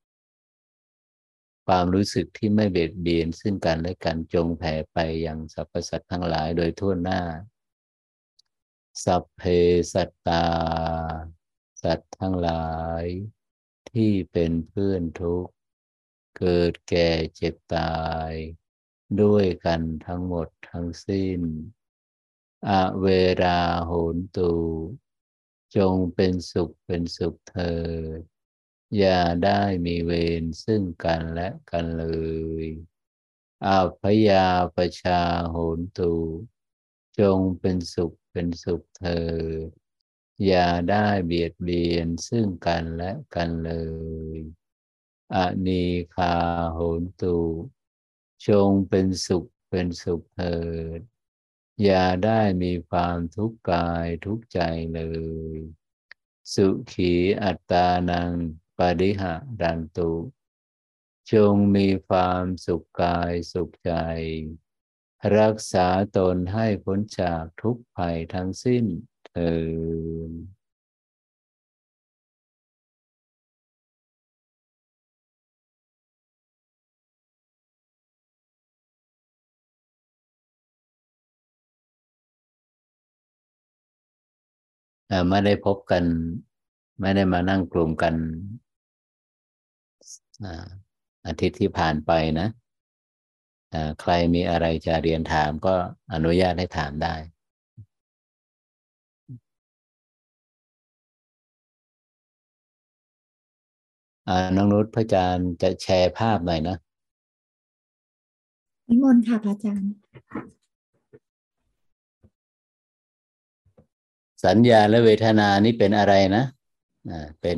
ความรู้สึกที่ไม่เบียดเบียนซึ่งกันและกันจงแผ่ไปยังสรรพสัตว์ทั้งหลายโดยทั่วหน้าสัพเพสัตตาสัตว์ทั้งหลายที่เป็นเพื่อนทุกข์เกิดแก่เจ็บตายด้วยกันทั้งหมดทั้งสิ้นอเวราโหนตุจงเป็นสุขเถิดอย่าได้มีเวรซึ่งกันและกันเลยอาพยาปชาโหนตุจงเป็นสุขเถิดอย่าได้เบียดเบียนซึ่งกันและกันเลยอนีคาโหนตุจงเป็นสุขเถิดอย่าได้มีความทุกข์กายทุกข์ใจเลยสุขีอัตตานังปริหารันตุจงมีความสุขกายสุขใจรักษาตนให้พ้นจากทุกภัยทั้งสิ้นเถิดไม่ได้พบกันไม่ได้มานั่งกลุ่มกันอาทิตย์ที่ผ่านไปนะใครมีอะไรจะเรียนถามก็อนุญาตให้ถามได้น้องนุชพระอาจารย์จะแชร์ภาพหน่อยนะ
นิมนต์ค่ะพระอาจารย์
สัญญาและเวทนานี่เป็นอะไรนะเป็น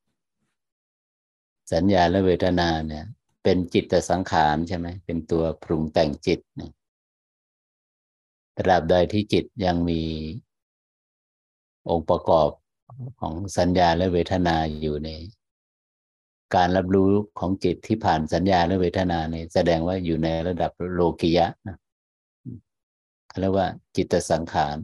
สัญญาและเวทนาเนี่ยเป็นจิตสังขารใช่ไหมเป็นตัวปรุงแต่งจิตนะตราบใดที่จิตยังมีองค์ประกอบของสัญญาและเวทนาอยู่ในการรับรู้ของจิตที่ผ่านสัญญาและเวทนาเนี่ยแสดงว่าอยู่ในระดับโลกิยะนะเขาเรียกว่าจิตสังขาร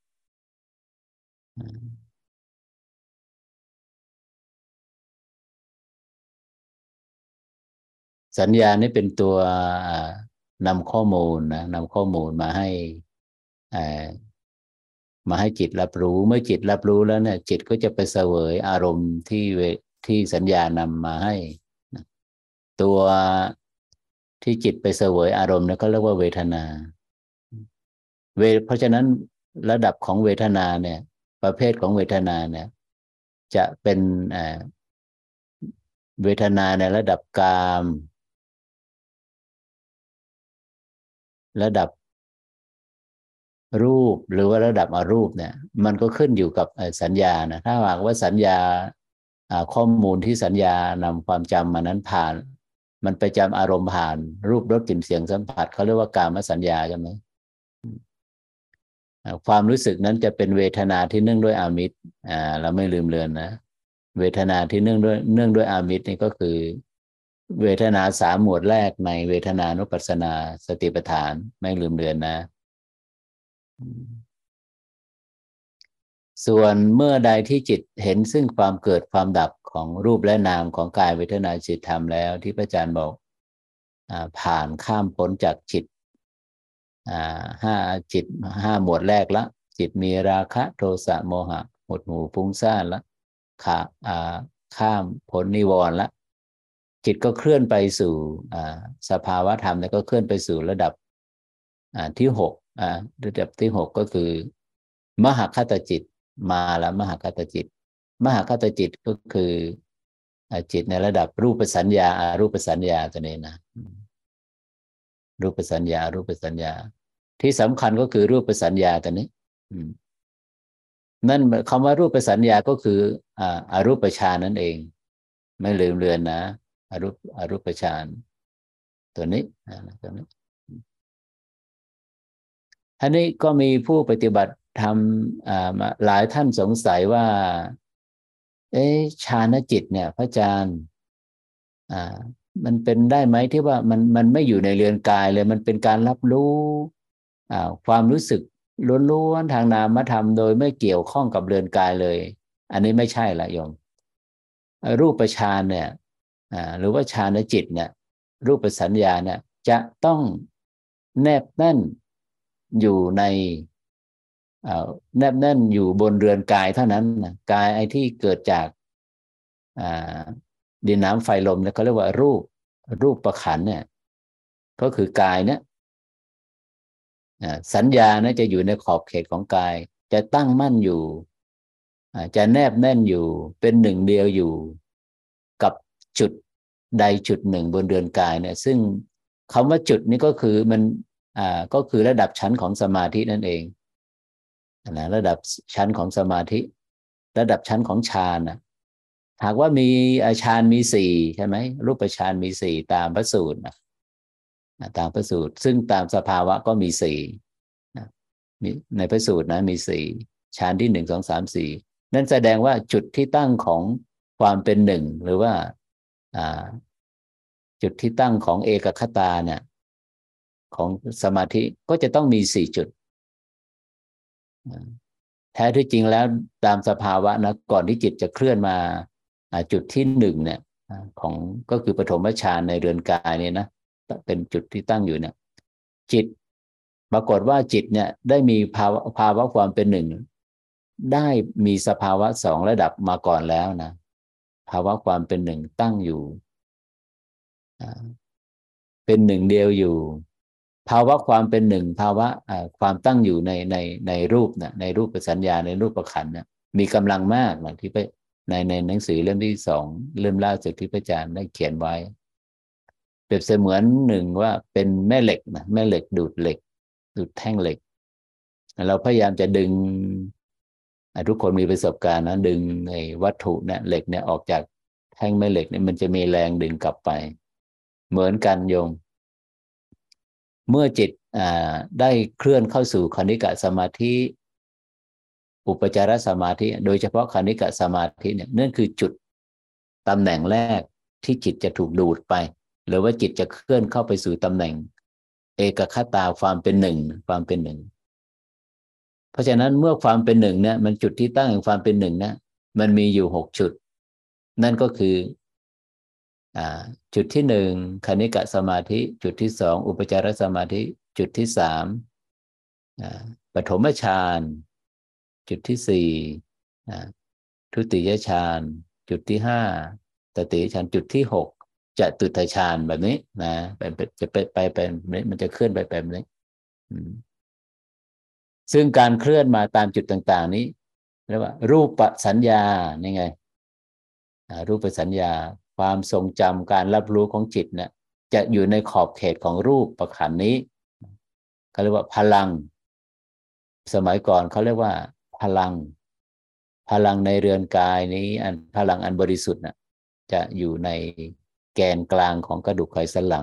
สัญญานี่เป็นตัวนำข้อมูลนะนำข้อมูลมาให้จิตรับรู้เมื่อจิตรับรู้แล้วเนี่ยจิตก็จะไปเสวยอารมณ์ที่สัญญานำมาให้ตัวที่จิตไปเสวยอารมณ์เนี่ยก็เรียกว่าเวทนาเพราะฉะนั้นระดับของเวทนาเนี่ยประเภทของเวทนาเนี่ยจะเป็นเวทนาในระดับกามระดับรูปหรือว่าระดับอรูปเนี่ยมันก็ขึ้นอยู่กับสัญญานะถ้าหากว่าสัญญาข้อมูลที่สัญญานำความจำมานั้นผ่านมันไปจำอารมณ์ผ่านรูปรสกลิ่นเสียงสัมผัสเขาเรียกว่ากามสัญญาใช่ไหมความรู้สึกนั้นจะเป็นเวทนาที่เนื่องด้วยอามิตรเราไม่ลืมเลือนนะเวทนาที่เนื่องด้วยอามิตรนี่ก็คือเวทนาสามหมวดแรกในเวทนานุปัสสนาสติปัฏฐานไม่ลืมเลือนนะส่วนเมื่อใดที่จิตเห็นซึ่งความเกิดความดับของรูปและนามของกายเวทนาจิตธรรมแล้วที่พระอาจารย์บอกผ่านข้ามพ้นจากจิตห้าจิตห้าหมวดแรกละจิตมีราคะโทสะโมหะหดหู่ฟุ้งซ่านละข้ามพ้นนิวรณ์ละจิตก็เคลื่อนไปสู่สภาวะธรรมแล้วก็เคลื่อนไปสู่ระดับที่หกระดับที่หกก็คือมหคตจิตมาแล้วมหคตจิตมหคตจิตก็คือจิตในระดับรูปสัญญารูปสัญญาตัวนี้นะรูปสัญญาที่สำคัญก็คือรูปสัญญาตัวนี้อืมนั่นคำว่ารูปสัญญาก็คืออรูปฌานนั่นเองไม่ลืมเลือนนะอรูปฌานตัวนี้ตัวนี้อันนี้ก็มีผู้ปฏิบัติทำมาหลายท่านสงสัยว่าฌานจิตเนี่ยพระอาจารย์อ่ามันเป็นได้ไหมที่ว่ามันไม่อยู่ในเรือนกายเลยมันเป็นการรับรู้ความรู้สึกล้วนๆทางนามธรรมโดยไม่เกี่ยวข้องกับเรือนกายเลยอันนี้ไม่ใช่ละโยมรูปฌานเนี่ยหรือว่าฌานจิตเนี่ยรูปสัญญาเนี่ยจะต้องแนบแน่นอยู่ในแนบแน่นอยู่บนเรือนกายเท่านั้นนะกายไอ้ที่เกิดจากดินน้ำไฟลมเนี่ยเขาเรียกว่ารูปประขันเนี่ยก็คือกายเนี่ยสัญญานะจะอยู่ในขอบเขตของกายจะตั้งมั่นอยู่จะแนบแน่นอยู่เป็นหนึ่งเดียวอยู่กับจุดใดจุดหนึ่งบนเรือนกายเนี่ยซึ่งคำว่าจุดนี้ก็คือมันก็คือระดับชั้นของสมาธินั่นเองนะระดับชั้นของสมาธิระดับชั้นของฌานนะหากว่ามีฌานมีสี่ใช่ไหมรูปฌานมีสี่ตามพระสูตรนะตามพระสูตรซึ่งตามสภาวะก็มีสี่นะมีในพระสูตรนะมีสี่ฌานที่หนึ่งสองสามสี่นั่นแสดงว่าจุดที่ตั้งของความเป็นหนึ่งหรือว่าจุดที่ตั้งของเอกคตาเนี่ยของสมาธิก็จะต้องมีสี่จุดแท้ที่จริงแล้วตามสภาวะนะก่อนที่จิตจะเคลื่อนมาจุดที่หนึ่งเนี่ยของก็คือปฐมฌานในเรือนกายเนี่ยนะเป็นจุดที่ตั้งอยู่เนี่ยจิตปรากฏว่าจิตเนี่ยได้มีภาวะความเป็นหนึ่งได้มีสภาวะสองระดับมาก่อนแล้วนะภาวะความเป็นหนึ่งตั้งอยู่เป็นหนึ่งเดียวอยู่ภาวะความเป็นหนึ่งภาวะความตั้งอยู่ในรูปนะในรูปสัญญาในรูปขันธ์นะมีกำลังมากนะที่ไปในหนังสือเล่มที่สองเล่มล่าสุดที่พระอาจารย์ได้เขียนไว้เปรียบเสมือนหนึ่งว่าเป็นแม่เหล็กนะแม่เหล็กดูดเหล็กดูดแท่งเหล็กเราพยายามจะดึงทุกคนมีประสบการณ์นะดึงไอ้วัตถุเนี่ยเหล็กเนี่ยออกจากแท่งแม่เหล็กเนี่ยมันจะมีแรงดึงกลับไปเหมือนกันโยมเมื่อจิตได้เคลื่อนเข้าสู่คณิกะสมาธิอุปจารสมาธิโดยเฉพาะคณิกะสมาธิเนี่ยนั่นคือจุดตำแหน่งแรกที่จิตจะถูกดูดไปหรือว่าจิตจะเคลื่อนเข้าไปสู่ตำแหน่งเอกคตาความเป็นหนึ่งความเป็นหนึ่งเพราะฉะนั้นเมื่อความเป็นหนึ่งเนี่ยมันจุดที่ตั้งแห่งความเป็นหนึ่งนะมันมีอยู่6จุดนั่นก็คือจุดที่1คณิกะสมาธิจุดที่2อุปจารสมาธิจุดที่3ปฐมฌานจุดที่4ทุติยฌานจุดที่5ตติยฌานจุดที่6จตุตฌานแบบนี้นะจะไปมันจะเคลื่อนไปแบบนี้ซึ่งการเคลื่อนมาตามจุดต่างๆนี้เรียกว่ารูปสัญญานี่ไงรูปสัญญาความทรงจำการรับรู้ของจิตเนี่ยจะอยู่ในขอบเขตของรูปประขันนี้เขาเรียกว่าพลังสมัยก่อนเขาเรียกว่าพลังในเรือนกายนี้พลังอันบริสุทธิ์น่ะจะอยู่ในแกนกลางของกระดูกไขสันหลัง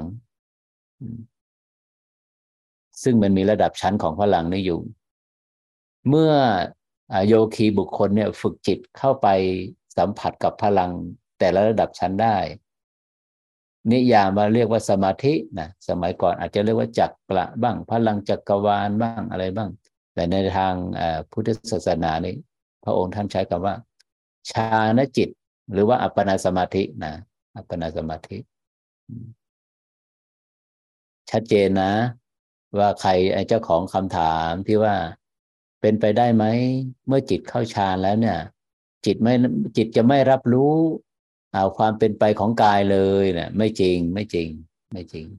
ซึ่งมันมีระดับชั้นของพลังนี้อยู่เมื่อโยคีบุคคลเนี่ยฝึกจิตเข้าไปสัมผัสกับพลังแต่ละระดับชั้นได้นิยามมาเรียกว่าสมาธินะสมัยก่อนอาจจะเรียกว่าจักระบ้างพลังจักรวาลบ้างอะไรบ้างแต่ในทางพุทธศาสนานี้พระองค์ท่านใช้คำว่าฌานจิตหรือว่าอัปปนาสมาธินะอัปปนาสมาธิชัดเจนนะว่าใครเจ้าของคำถามที่ว่าเป็นไปได้ไหมเมื่อจิตเข้าฌานแล้วเนี่ยจิตจะไม่รับรู้ความเป็นไปของกายเลยเนี่ยไม่จริงไม่จริงไม่จริง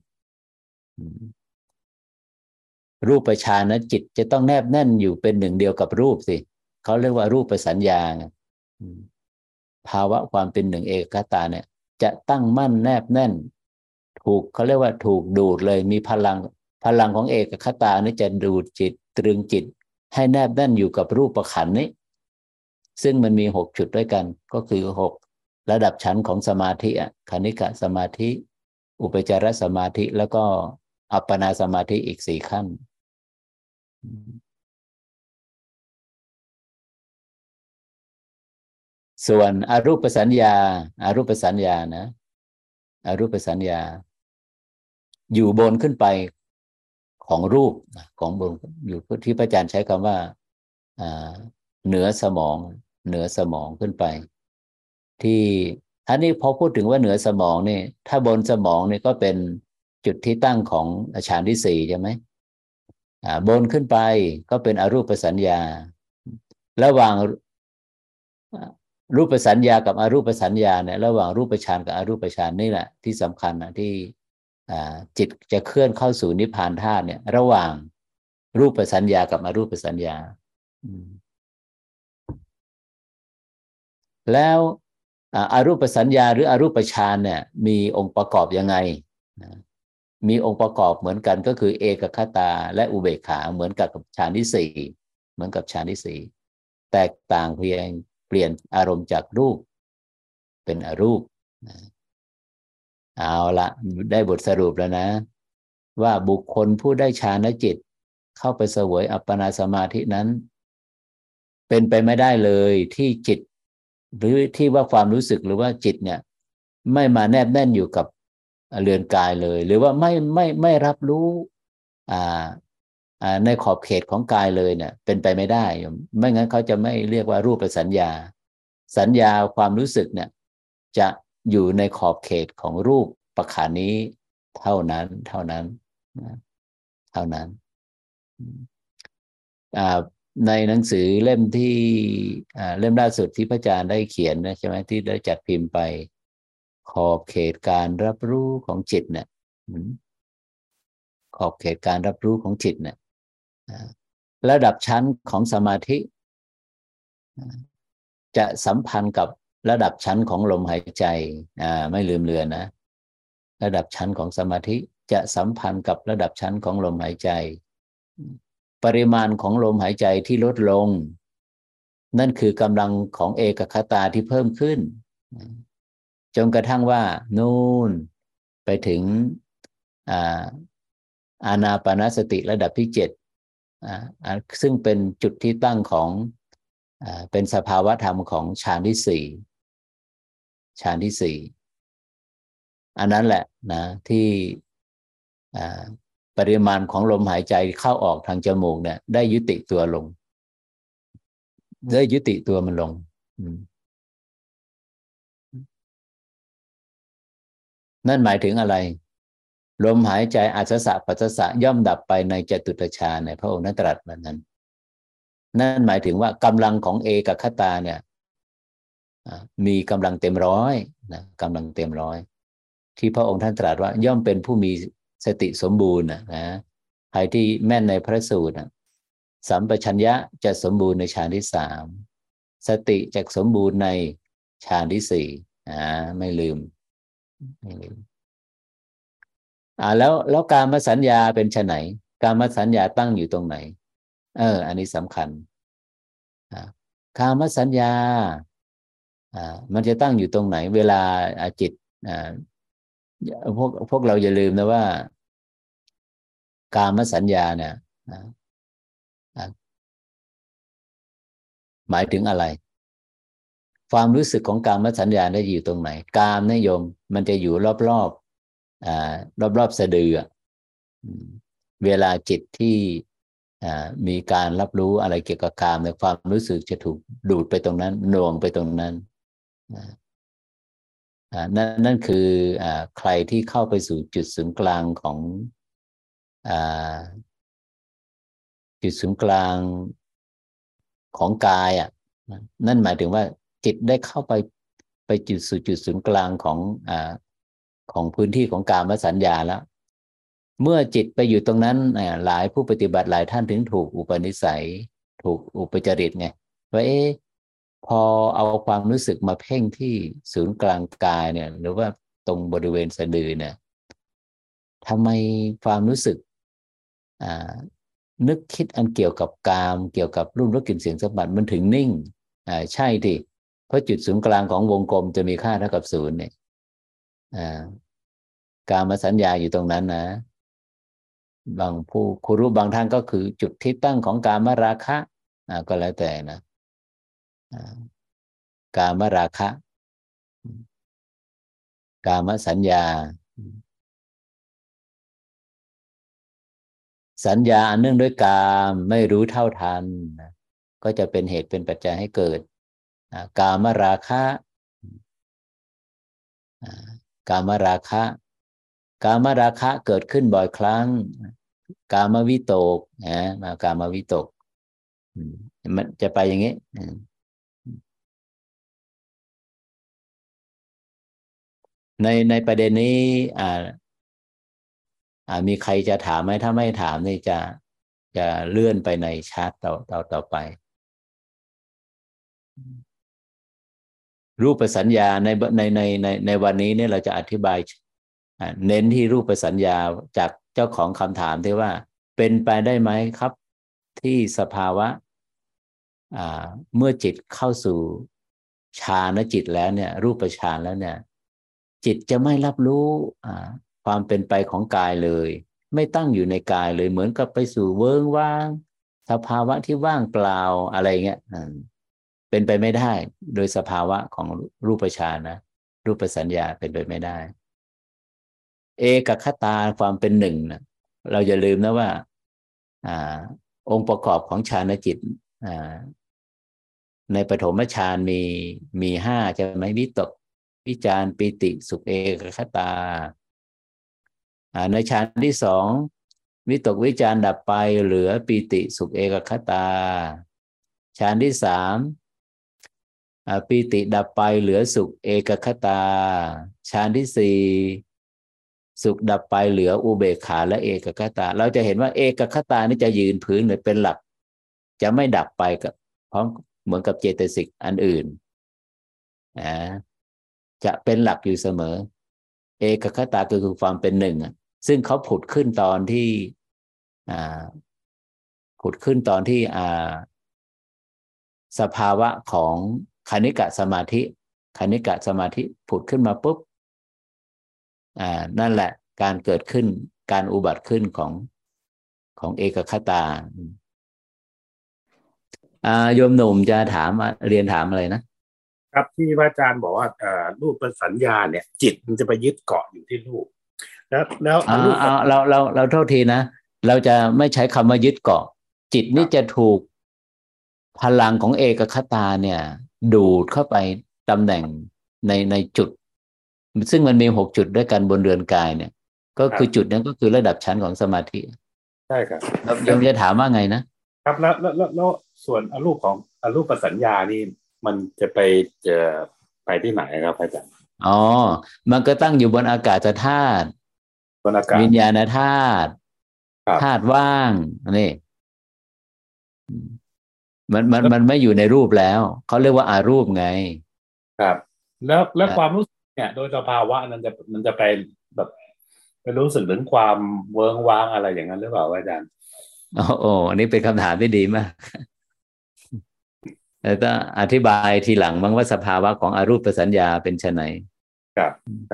รูปฌานนะจิตจะต้องแนบแน่นอยู่เป็นหนึ่งเดียวกับรูปสิเขาเรียกว่ารูปสัญญาภาวะความเป็นหนึ่งเอกคตาเนี่ยจะตั้งมั่นแนบแน่นถูกเขาเรียกว่าถูกดูดเลยมีพลังของเอกคตานี่จะดูดจิตตรึงจิตให้แนบแน่นอยู่กับรูปขันธ์นี้ซึ่งมันมี6 จุดด้วยกันก็คือ6ระดับชั้นของสมาธิคณิกะสมาธิอุปจารสมาธิแล้วก็อัปปนาสมาธิอีก4 ขั้นส่วนอรูปสัญญาอารูปสัญญานะอรูปสัญญาอยู่บนขึ้นไปของรูปของบนอยู่ที่พระอาจารย์ใช้คำว่าเหนือสมองเหนือสมองขึ้นไปที่อันนี้พอพูดถึงว่าเหนือสมองนี่ถ้าบนสมองนี่ก็เป็นจุดที่ตั้งของฌานที่4ใช่ไหมบนขึ้นไปก็เป็นอรูปสัญญาระหว่างรูปสัญญากับอรูปสัญญาเนี่ยระหว่างรูปฌานกับอรูปฌานนี่แหละที่สำคัญนะที่จิตจะเคลื่อนเข้าสู่นิพพานธาตุเนี่ยระหว่างรูปสัญญากับอรูปสัญญาแล้วอรูปสัญญาหรืออรูปฌานเนี่ยมีองค์ประกอบยังไงมีองค์ประกอบเหมือนกันก็คือเอกคตาและอุเบกขาเหมือนกับฌานที่4เหมือนกับฌานที่4แตกต่างเพียงเปลี่ยนอารมณ์จากรูปเป็นอรูปเอาละได้บทสรุปแล้วนะว่าบุคคลผู้ได้ฌานจิตเข้าไปเสวยอัปปนาสมาธินั้นเป็นไปไม่ได้เลยที่จิตหรือที่ว่าความรู้สึกหรือว่าจิตเนี่ยไม่มาแนบแน่นอยู่กับเรือนกายเลยหรือว่าไม่รับรู้ในขอบเขตของกายเลยเนี่ยเป็นไปไม่ได้ไม่งั้นเขาจะไม่เรียกว่ารูปสัญญาสัญญาความรู้สึกเนี่ยจะอยู่ในขอบเขตของรูปประขานี้เท่านั้นเท่านั้นในหนังสือเล่มที่เล่มล่าสุดที่พระอาจารย์ได้เขียนนะใช่ไหมที่ได้จัดพิมพ์ไปขอบเขตการรับรู้ของจิตเนี่ยขอบเขตการรับรู้ของจิตเนี่ยระดับชั้นของสมาธิจะสัมพันธ์กับระดับชั้นของลมหายใจไม่ลืมเลือนนะระดับชั้นของสมาธิจะสัมพันธ์กับระดับชั้นของลมหายใจปริมาณของลมหายใจที่ลดลงนั่นคือกำลังของเอกคตาที่เพิ่มขึ้นจนกระทั่งว่านู่นไปถึงอานาปานสติระดับที่7ซึ่งเป็นจุดที่ตั้งของเป็นสภาวะธรรมของฌานที่4ฌานที่4อันนั้นแหละนะที่ปริมาณของลมหายใจเข้าออกทางจมูกเนี่ยได้ยุติตัวลงได้ยุติตัวมันลงนั่นหมายถึงอะไรลมหายใจอาสสะปัสสะย่อมดับไปในจตุตฌานเนี่ยพระองค์นั้นตรัสแบบนั้นนั่นหมายถึงว่ากำลังของเอกคตาเนี่ยมีกำลังเต็มร้อยนะกำลังเต็มร้อยที่พระองค์ท่านตรัสว่าย่อมเป็นผู้มีสติสมบูรณ์นะใครที่แม่นในพระสูตรสัมปชัญญะจะสมบูรณ์ในฌานที่3สติจะสมบูรณ์ในฌานที่4ไม่ลืมแล้วกามสัญญาเป็นไฉนกามสัญญาตั้งอยู่ตรงไหนอันนี้สำคัญกามสัญญามันจะตั้งอยู่ตรงไหนเวลาจิตพวกเราอย่าลืมนะว่ากามสัญญาเนี่ยหมายถึงอะไรความรู้สึกของกามสัญญาได้อยู่ตรงไหนกามนิยมมันจะอยู่รอบสะดือเวลาจิตที่มีการรับรู้อะไรเกี่ยวกับกามในความรู้สึกจะถูกดูดไปตรงนั้นหน่วงไปตรงนั้นนั่นคือใครที่เข้าไปสู่จุดศูนย์กลางของจุดศูนย์กลางของกายนั่นหมายถึงว่าจิตได้เข้าไปจุดศูนย์กลางของพื้นที่ของกามสัญญาแล้วเมื่อจิตไปอยู่ตรงนั้นหลายผู้ปฏิบัติหลายท่านถึงถูกอุปนิสัยถูกอุปจริตไงว่าพอเอาความรู้สึกมาเพ่งที่ศูนย์กลางกายเนี่ยหรือว่าตรงบริเวณสะดือเนี่ยทำไมความรู้สึกนึกคิดอันเกี่ยวกับกามเกี่ยวกับรูปรสกลิ่นเสียงสัมผัสมันถึงนิ่งใช่ดิเพราะจุดศูนย์กลางของวงกลมจะมีค่าเท่ากับศูนย์เนี่ยกามสัญญาอยู่ตรงนั้นนะบางผู้ครูรู้บางท่านก็คือจุดที่ตั้งของกามราคะก็แล้วแต่นะกามราคะกามสัญญาสัญญาอันเนื่องด้วยกามไม่รู้เท่าทันนะก็จะเป็นเหตุเป็นปัจจัยให้เกิดกามราคะกามราคะกามราคะเกิดขึ้นบ่อยครั้งกามวิตกนะมากามวิตกมันจะไปอย่างนี้ในประเด็นนี้มีใครจะถามไหมถ้าไม่ถามนี่จะเลื่อนไปในชาร์ตต่อไปรูปสัญญาในวันนี้เนี่ยเราจะอธิบายเน้นที่รูปสัญญาจากเจ้าของคำถามที่ว่าเป็นไปได้ไหมครับที่สภาวะเมื่อจิตเข้าสู่ฌานจิตแล้วเนี่ยรูปฌานแล้วเนี่ยจิตจะไม่รับรู้ความเป็นไปของกายเลยไม่ตั้งอยู่ในกายเลยเหมือนกับไปสู่เวิ้งว่างสภาวะที่ว่างเปล่าอะไรเงี้ยเป็นไปไม่ได้โดยสภาวะของรูปฌานนะรูปสัญญาเป็นไปไม่ได้เอกคตาความเป็นหนึ่งนะเราอย่าลืมนะว่าองค์ประกอบของฌานจิตในปฐมฌานมีห้าใช่ไหมวิตกวิจารปิติสุขเอกคตาในฌานที่สองวิตกวิจารดับไปเหลือปิติสุขเอกคตาฌานที่สามปิติดับไปเหลือสุขเอกคตาฌานที่สี่สุขดับไปเหลืออุเบกขาและเอกคตาเราจะเห็นว่าเอกคตานี่จะยืนพื้นเลยเป็นหลักจะไม่ดับไปกับพร้อมเหมือนกับเจตสิกอันอื่นจะเป็นหลักอยู่เสมอเอกคตาคือความเป็นหนึ่งซึ่งเขาผุดขึ้นตอนที่สภาวะของคณิกะสมาธิผุดขึ้นมาปุ๊บนั่นแหละการเกิดขึ้นการอุบัติขึ้นของเอกคตาโยมหนุ่มจะถามเรียนถามอะไรนะครับ
ที่พระอาจารย์บอกว่ารูปสัญญาเนี่ยจิตมันจะไปยึดเกาะอยู่ที่รูปแล้วรูป
เราโทษทีนะเราจะไม่ใช้คำว่ายึดเกาะจิตนี่จะถูกพลังของเอกคตาเนี่ยดูดเข้าไปตำแหน่งในจุดซึ่งมันมี6 จุดด้วยกันบนเรือนกายเนี่ยก็คือจุดนั้นก็คือระดับชั้นของสมาธิ
ใช่ครับ
โยมจะถามว่าไงนะครับ
แล้วส่วนอรูปสัญญานี่มันจะไปที่ไหนครับอาจารย์
มันก็ตั้งอยู่บนอากาศธาตุวิญญาณธาตุธาตุว่างนี่มันไม่อยู่ในรูปแล้วเขาเรียกว่าอารูปไง
ครับแล้วความรู้สึกเนี่ยโดยสภาวะมันจะไปแบบไปรู้สึกถึงความเวิ้งว้างอะไรอย่างนั้นหรือเปล่าอาจารย์
อันนี้เป็นคำถามที่ดีมากแล้วก็อธิบายทีหลังบ้างว่าสภาวะของอรูปสัญญาเป็นไฉน
ครับ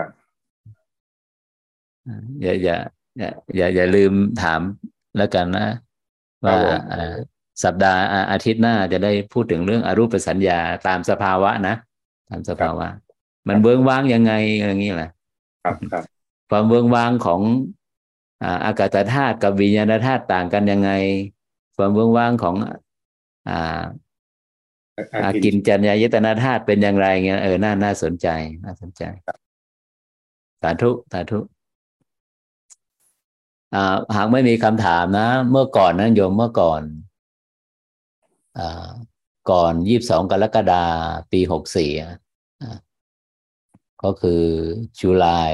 อย่าลืมถามแล้วกันนะว่าสัปดาห์อาทิตย์หน้าจะได้พูดถึงเรื่องอรูปสัญญาตามสภาวะนะตามสภาวะมันเบื้องว่างยังไงอย่างนี้แหละ
ครับ
ความเบื้องว่างของอากาศธาตุกับวิญญาณธาตุต่างกันยังไงความเบื้องว่างของกินจัญญายตนะธาตุเป็นอย่างไรเงี้ยน่าสนใจสาธุหากไม่มีคำถามนะเมื่อก่อนนะโยมเมื่อก่อนก่อน22 กรกฎาคมปี64ก็คือ July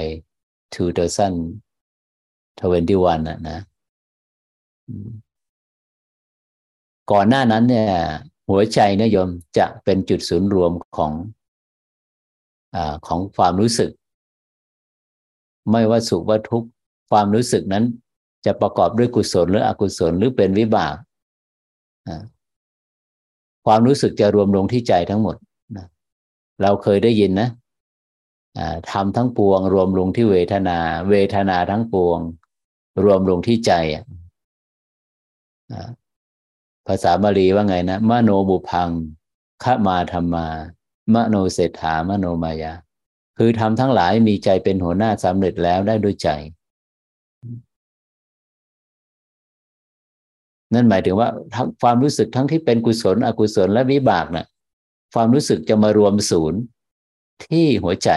2021นะก่อนหน้านั้นเนี่ยหัวใจนะโยมจะเป็นจุดศูนย์รวมของความรู้สึกไม่ว่าสุขว่าทุกข์ความรู้สึกนั้นจะประกอบด้วยกุศลหรืออกุศลหรือเป็นวิบากความรู้สึกจะรวมลงที่ใจทั้งหมดนะเราเคยได้ยินนะธรรมทั้งปวงรวมลงที่เวทนาเวทนาทั้งปวงรวมลงที่ใจภาษาบาลีว่าไงนะมโนบุพังขมาธรรมามโนเศรษฐามโนมายาคือธรรมทั้งหลายมีใจเป็นหัวหน้าสำเร็จแล้วได้ด้วยใจนั่นหมายถึงว่าทั้งความรู้สึกทั้งที่เป็นกุศลอกุศลและวิบากน่ะความรู้สึกจะมารวมศูนย์ที่หัวใจ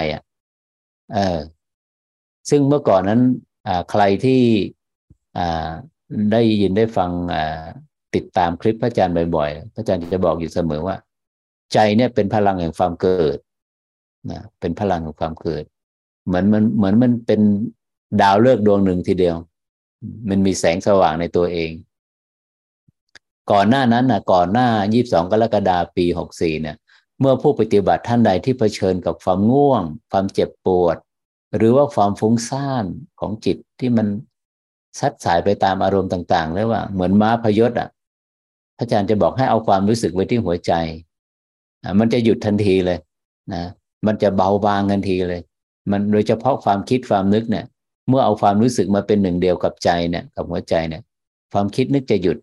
ซึ่งเมื่อก่อนนั้นใครที่ได้ยินได้ฟังติดตามคลิปพระอาจารย์บ่อยๆพระอาจารย์จะบอกอยู่เสมอว่าใจเนี่ยเป็นพลังแห่งความเกิดนะเป็นพลังแห่งความเกิดเหมือนมันเป็นดาวฤกษ์ดวงหนึ่งทีเดียวมันมีแสงสว่างในตัวเองก่อนหน้านั้นนะก่อนหน้า22 กรกฎาคม ปี64เนี่ยเมื่อผู้ปฏิบัติท่านใดที่เผชิญกับความง่วงความเจ็บปวดหรือว่าความฟุ้งซ่านของจิตที่มันซัดสายไปตามอารมณ์ต่างๆแล้วว่าเหมือนม้าพยศพระอาจารย์จะบอกให้เอาความรู้สึกไว้ที่หัวใจมันจะหยุดทันทีเลยนะมันจะเบาบางทันทีเลยมันโดยเฉพาะความคิดความนึกเนี่ยเมื่อเอาความรู้สึกมาเป็นหนึ่งเดียวกับใจเนี่ยกับหัวใจเนี่ยความคิดนึกจะหยุด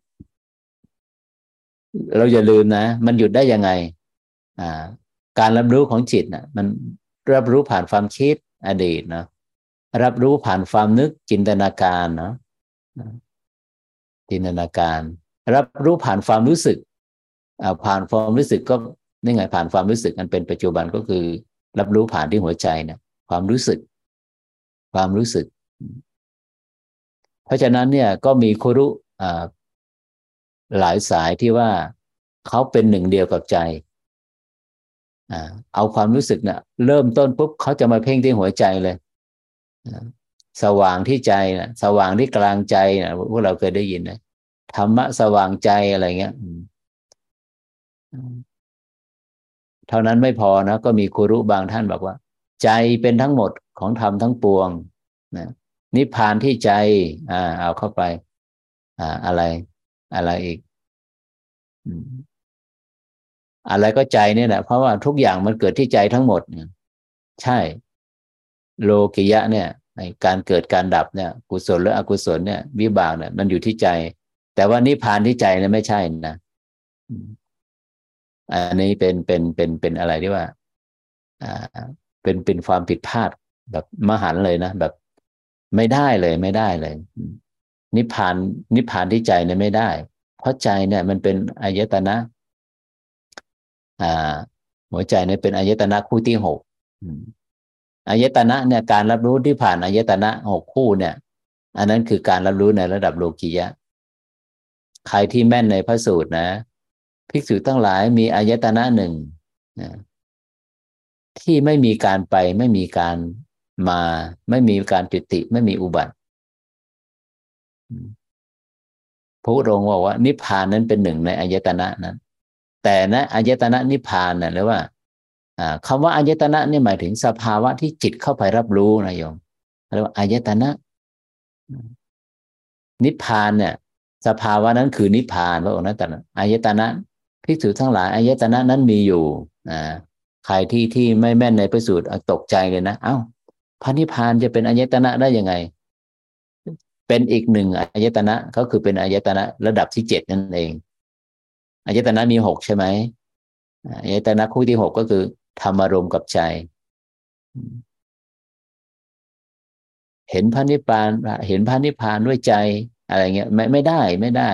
เราอย่าลืมนะมันหยุดได้ยังไงการรับรู้ของจิตนะมันรับรู้ผ่านความคิดอดีตนะรับรู้ผ่านความนึกจินตนาการเนาะจินตนาการรับรู้ผ่านความรู้สึกผ่านความรู้สึกก็นี่ไงผ่านความรู้สึกอันเป็นปัจจุบันก็คือรับรู้ผ่านที่หัวใจเนี่ยความรู้สึกเพราะฉะนั้นเนี่ยก็มีครุหลายสายที่ว่าเขาเป็นหนึ่งเดียวกับใจเอาความรู้สึกเนี่ยเริ่มต้นปุ๊บเขาจะมาเพ่งที่หัวใจเลยสว่างที่ใจนะสว่างที่กลางใจนะพวกเราเคยได้ยินนะธรรมะสว่างใจอะไรเงี้ยเท่านั้นไม่พอนะก็มีครูบางท่านบอกว่าใจเป็นทั้งหมดของธรรมทั้งปวงนะนิพพานที่ใจเอาเข้าไปอะไรอีกอะไรก็ใจเนี่ยแหละเพราะว่าทุกอย่างมันเกิดที่ใจทั้งหมดเนี่ยใช่โลกิยะเนี่ยในการเกิดการดับเนี่ยกุศลหรืออกุศลเนี่ยวิบากเนี่ยมันอยู่ที่ใจแต่ว่านิพพานที่ใจเนี่ยไม่ใช่นะอันนี้เป็นอะไรที่ว่าเป็นความผิดพลาดแบบมหันต์เลยนะแบบไม่ได้เลยนิพพานที่ใจเนี่ยไม่ได้เพราะใจเนี่ยมันเป็นอายตนะหัวใจเนี่ยเป็นอายตนะคู่ที่6อายตนะเนี่ยการรับรู้ที่ผ่านอายตนะ6คู่เนี่ยอันนั้นคือการรับรู้ในระดับโลกียะใครที่แม่นในพระสูตรนะภิกษุทั้งหลายมีอายตนะหนึ่งนะที่ไม่มีการไปไม่มีการมาไม่มีการจุติไม่มีอุบัติพระพุทธองค์บอกว่านิพพานนั้นเป็นหนึ่งในอายตนะนั้นแต่นะอายตนะนิพพานนะหรือว่าคำว่าอายตนะนี่หมายถึงสภาวะที่จิตเข้าไปรับรู้นะโยมเรียกว่าอายตนะนิพพานเนี่ยสภาวะนั้นคือนิพพานพระองค์นั้นตรัสอายตนะภิกษุทั้งหลายอายตนะนั้นมีอยู่ใครที่ไม่แม่นในพระสูตรตกใจเลยนะเอ้าพระนิพพานจะเป็นอายตนะได้ยังไงเป็นอีกหนึ่งอายตนะก็คือเป็นอายตนะระดับที่7นั่นเองอายตนะมี6ใช่ไหมอายตนะคู่ที่6ก็คือธรรมารมณ์กับใจเห็นพระนิพพานเห็นพระนิพพานด้วยใจอะไรเงี้ยไม่ได้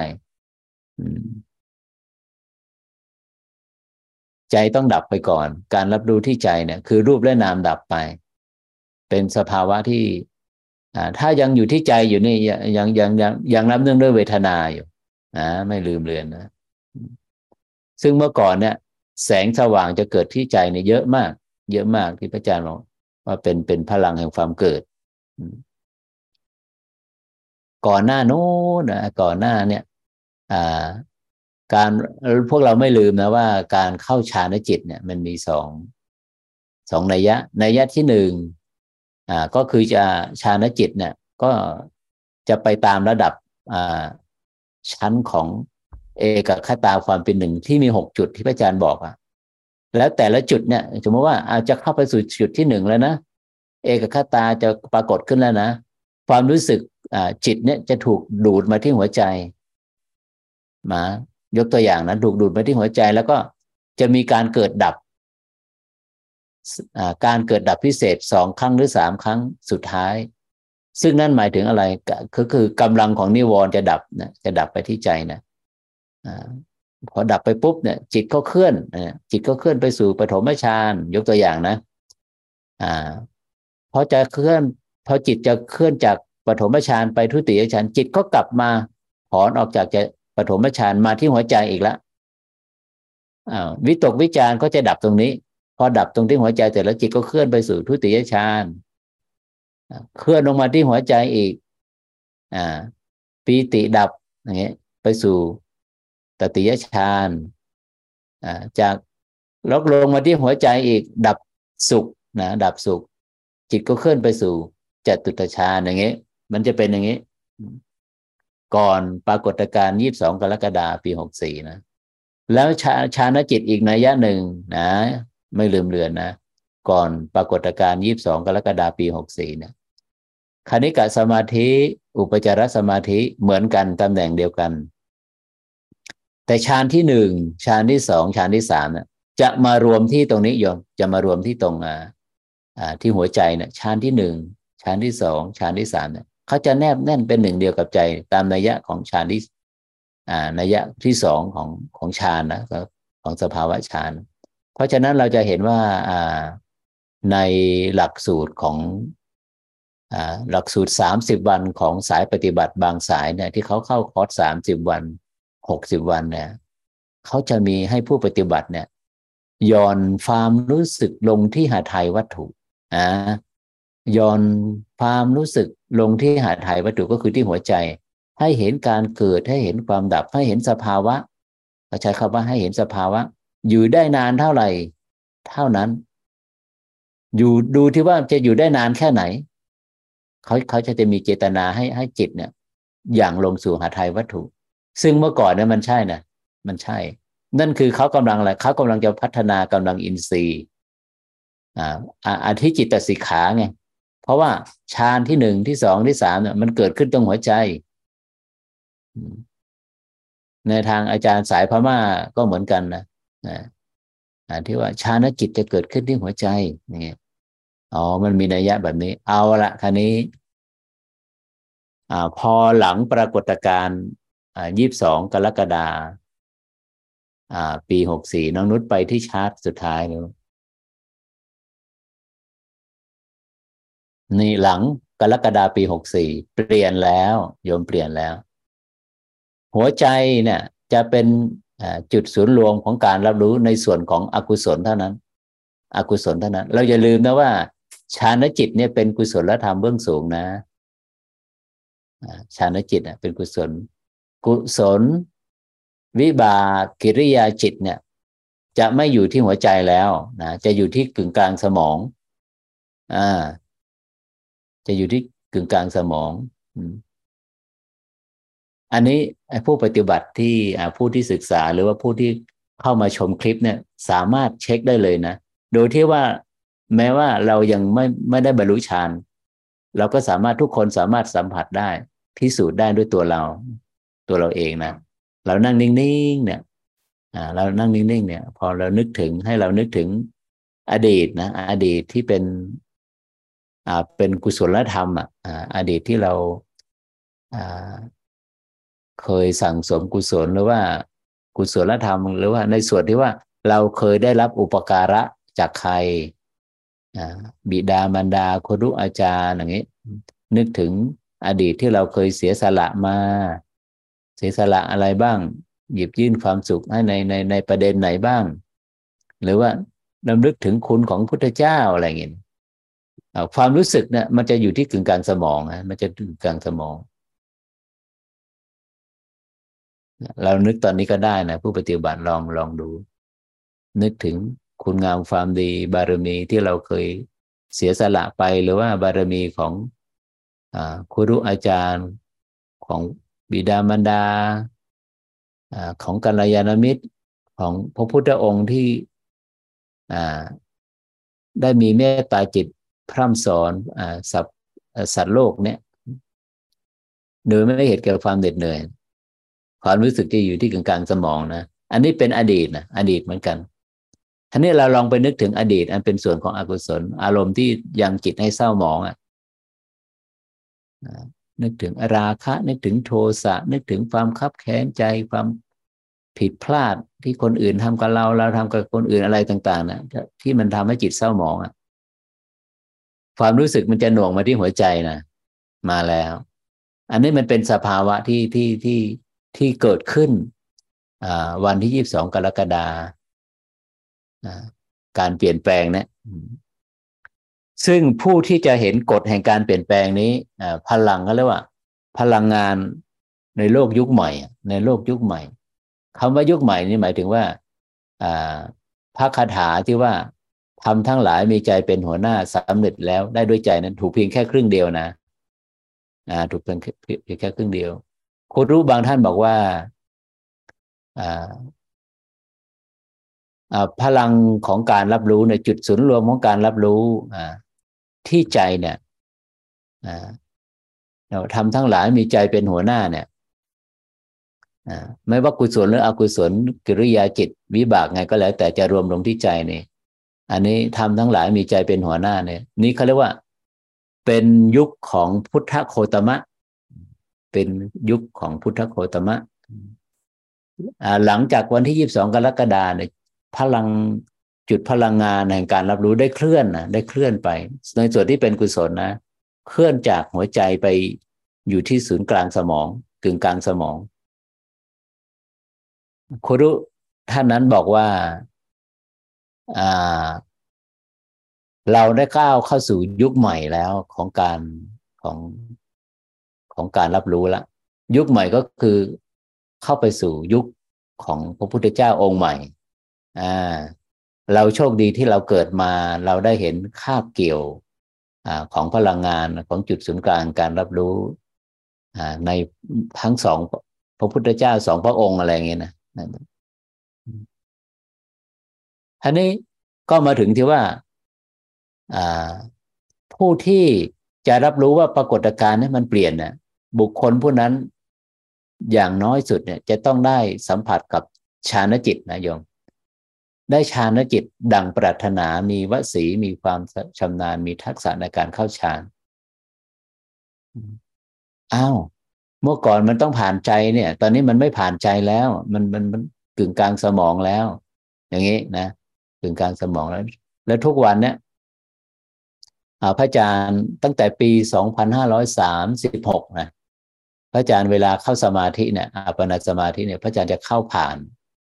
ใจต้องดับไปก่อนการรับรู้ที่ใจเนี่ยคือรูปและนามดับไปเป็นสภาวะที่ถ้ายังอยู่ที่ใจอยู่นี่ยังรับเนื่องด้วยเวทนาอยู่ไม่ลืมเลือนนะซึ่งเมื่อก่อนเนี่ยแสงสว่างจะเกิดที่ใจเนี่ยเยอะมากที่พระอาจารย์บอกว่าเป็นพลังแห่งความเกิดก่อนหน้าโน้นก่อนหน้าเนี่ยการพวกเราไม่ลืมนะว่าการเข้าฌานจิตเนี่ยมันมีสองนัยยะที่1ก็คือจะฌานจิตเนี่ยก็จะไปตามระดับชั้นของเอกคตาความเป็นหนึ่งที่มี6 จุดที่พระอาจารย์บอกแล้วแต่ละจุดเนี่ยสมมติว่าอาจจะเข้าไปสู่จุดที่1แล้วนะเอกคตาจะปรากฏขึ้นแล้วนะความรู้สึกจิตเนี่ยจะถูกดูดมาที่หัวใจมายกตัวอย่างนะถูกดูดมาที่หัวใจแล้วก็จะมีการเกิดดับการเกิดดับพิเศษ2 ครั้งหรือ3 ครั้งสุดท้ายซึ่งนั่นหมายถึงอะไรก็คือกำลังของนิวรณ์จะดับนะจะดับไปที่ใจนะพอดับไปปุ๊บเนี่ยจิตก็เคลื่อนจิตก็เคลื่อนไปสู่ปฐมฌานยกตัวอย่างนะพอจะเคลื่อนพอจิตจะเคลื่อนจากปฐมฌานไปทุติยฌานจิตก็กลับมาถอนออกจากปฐมฌานมาที่หัวใจอีกแล้ววิตกวิจารก็จะดับตรงนี้พอดับตรงที่หัวใจเสร็จแล้วจิตก็เคลื่อนไปสู่ทุติยฌานเคลื่อนลงมาที่หัวใจอีกปีติดับอย่างเงี้ยไปสู่ตติยฌานจากลงมาที่หัวใจอีกดับสุขนะดับสุขจิตก็เคลื่อนไปสู่จตุตฌานอย่างเงี้ยมันจะเป็นอย่างงี้ก่อนปรากฏการณ์22 กรกฎาคม ปี 64นะแล้วฌานจิตอีกนัยยะหนึ่งนะไม่ลืมเลือนนะก่อนปรากฏการณ์22 กรกฎาคม ปี 64นะคณิกะสมาธิอุปจารสมาธิเหมือนกันตำแหน่งเดียวกันแต่ฌานที่1ฌานที่2ฌานที่3เนี่ยจะมารวมที่ตรงนี้โยมจะมารวมที่ตรงที่หัวใจเนี่ยฌานที่1ฌานที่2ฌานที่3เนี่ยเขาจะแนบแน่นเป็นหนึ่งเดียวกับใจตามนัยยะของฌานที่นัยยะที่2ของฌานนะของสภาวะฌานเพราะฉะนั้นเราจะเห็นว่าในหลักสูตรของหลักสูตร30 วันของสายปฏิบัติบางสายเนี่ยที่เขาเข้าคอร์ส30 วัน60 วันเนี่ยเขาจะมีให้ผู้ปฏิบัติเนี่ยย่อนความรู้สึกลงที่หทัยวัตถุย่อนความรู้สึกลงที่หทัยวัตถุก็คือที่หัวใจให้เห็นการเกิดให้เห็นความดับให้เห็นสภาวะเขาใช้คำว่าให้เห็นสภาวะอยู่ได้นานเท่าไหร่เท่านั้นอยู่ดูที่ว่าจะอยู่ได้นานแค่ไหนเขาจะมีเจตนาให้จิตเนี่ยอย่างลงสู่หทัยวัตถุซึ่งเมื่อก่อนเนี่ยมันใช่นะมันใช่นั่นคือเขากำลังอะไรเขากำลังจะพัฒนากำลังอินทรีย์อธิจิตสิกขาไงเพราะว่าฌานที่1ที่2ที่3เนี่ยมันเกิดขึ้นตรงหัวใจในทางอาจารย์สายพม่าก็เหมือนกันนะที่ว่าฌานจิตจะเกิดขึ้นที่หัวใจนี่มันมีนัยยะแบบนี้เอาละคราวนี้พอหลังปรากฏการณ์22 กรกฎาคมปี 64น้องนุชไปที่ชาร์ตสุดท้ายแล้วนี่หลังกรกฎาคม ปี 64เปลี่ยนแล้วโยมเปลี่ยนแล้วหัวใจเนี่ยจะเป็นจุดศูนย์รวมของการรับรู้ในส่วนของอกุศลเท่านั้นอกุศลเท่านั้นเราอย่าลืมนะว่าฌานจิตเนี่ยเป็นกุศลธรรมเบื้องสูงนะฌานจิตเป็นกุศลวิบากกิริยาจิตเนี่ยจะไม่อยู่ที่หัวใจแล้วนะจะอยู่ที่กึ่งกลางสมองจะอยู่ที่กึ่งกลางสมองอันนี้ผู้ปฏิบัติที่ผู้ที่ศึกษาหรือว่าผู้ที่เข้ามาชมคลิปเนี่ยสามารถเช็คได้เลยนะโดยที่ว่าแม้ว่าเรายังไม่ได้บรรลุฌานเราก็สามารถทุกคนสามารถสัมผัสได้พิสูจน์ได้ด้วยตัวเราเองนะเรานั่งนิ่งๆเนี่ยเรานั่งนิ่งๆเนี่ยพอเรานึกถึงให้เรานึกถึงอดีตนะอดีตที่เป็นกุศลธรรมอดีตที่เราเคยสั่งสมกุศลหรือว่ากุศลธรรมหรือว่าในส่วนที่ว่าเราเคยได้รับอุปการะจากใครบิดามารดาครูอาจารย์อย่างนี้นึกถึงอดีตที่เราเคยเสียสละมาเสียสละอะไรบ้างหยิบยื่นความสุขให้ในประเด็นไหนบ้างหรือว่าเรานึกถึงคุณของพุทธเจ้าอะไรอย่างนี้ความรู้สึกเนี่ยมันจะอยู่ที่กึ่งกลางสมองมันจะกึ่งกลางสมองเรานึกตอนนี้ก็ได้นะผู้ปฏิบัติลองดูนึกถึงคุณงามความดีบารมีที่เราเคยเสียสละไปหรือว่าบารมีของครูอาจารย์ของบิดามารดาของกัลยาณมิตรของพระพุทธองค์ที่ได้มีเมตตาจิตพร่ำสอนสัตว์โลกเนี่ยโดยไม่เห็นแก่ความเหน็ดเหนื่อยความรู้สึกจะอยู่ที่กลางๆสมองนะอันนี้เป็นอดีตนะอดีตเหมือนกันทีนี้เราลองไปนึกถึงอดีตอันเป็นส่วนของอกุศลอารมณ์ที่ยังจิตให้เศร้าหมองนึกถึงราคะนึกถึงโทสะนึกถึงความคับแค้นใจความผิดพลาดที่คนอื่นทำกับเราทำกับคนอื่นอะไรต่างๆนะที่มันทำให้จิตเศร้าหมองความรู้สึกมันจะหน่วงมาที่หัวใจนะมาแล้วอันนี้มันเป็นสภาวะที่เกิดขึ้นวันที่22 กรกฎาคมการเปลี่ยนแปลงนะซึ่งผู้ที่จะเห็นกฎแห่งการเปลี่ยนแปลงนี้พลังก็เรียกว่าพลังงานในโลกยุคใหม่ในโลกยุคใหม่คำว่ายุคใหม่นี่หมายถึงว่าพระคาถาที่ว่าทำทั้งหลายมีใจเป็นหัวหน้าสำเร็จแล้วได้ด้วยใจนั้นถูกเพียงแค่ครึ่งเดียวนะถูกเพียงแค่ครึ่งเดียวครูรู้บางท่านบอกว่าพลังของการรับรู้ในจุดศูนย์รวมของการรับรู้ที่ใจเนี่ยเราทำทั้งหลายมีใจเป็นหัวหน้าเนี่ยไม่ว่ากุศลหรืออกุศลกิริยาจิตวิบากไงก็แล้วแต่จะรวมลงที่ใจนี่อันนี้ทำทั้งหลายมีใจเป็นหัวหน้าเนี่ยนี่เขาเรียกว่าเป็นยุคของพุทธโคตมะเป็นยุคของพุทธโคตมะหลังจากวันที่22 กรกฎาคมเนี่ยพลังจุดพลังงานแห่งการรับรู้ได้เคลื่อนไปในส่วนที่เป็นกุศลนะเคลื่อนจากหัวใจไปอยู่ที่ศูนย์กลางสมองกึ่งกลางสมองครูท่านนั้นบอกว่าเราได้ก้าวเข้าสู่ยุคใหม่แล้วของการรับรู้ละยุคใหม่ก็คือเข้าไปสู่ยุคของพระพุทธเจ้าองค์ใหม่เราโชคดีที่เราเกิดมาเราได้เห็นคาบเกี่ยวของพลังงานของจุดศูนย์กลางการรับรู้ในทั้งสองพระพุทธเจ้าสองพระองค์อะไรอย่างเงี้ยนะทีนี้ก็มาถึงที่ว่าผู้ที่จะรับรู้ว่าปรากฏการณ์นี้มันเปลี่ยนนะบุคคลผู้นั้นอย่างน้อยสุดเนี่ยจะต้องได้สัมผัสกับฌานจิตนะโยมได้ฌานจิตดังปรารถนามีวสีมีความชำนาญมีทักษะในการเข้าฌานเมื่อก่อนมันต้องผ่านใจเนี่ยตอนนี้มันไม่ผ่านใจแล้วมันกึ่งกลางสมองแล้วอย่างนี้นะกึ่งกลางสมองแล้วทุกวันเนี่ยพระอาจารย์ตั้งแต่ปี2536นะพระอาจารย์เวลาเข้าสมาธิเนี่ยอัปปนาสมาธิเนี่ยพระอาจารย์จะเข้าผ่าน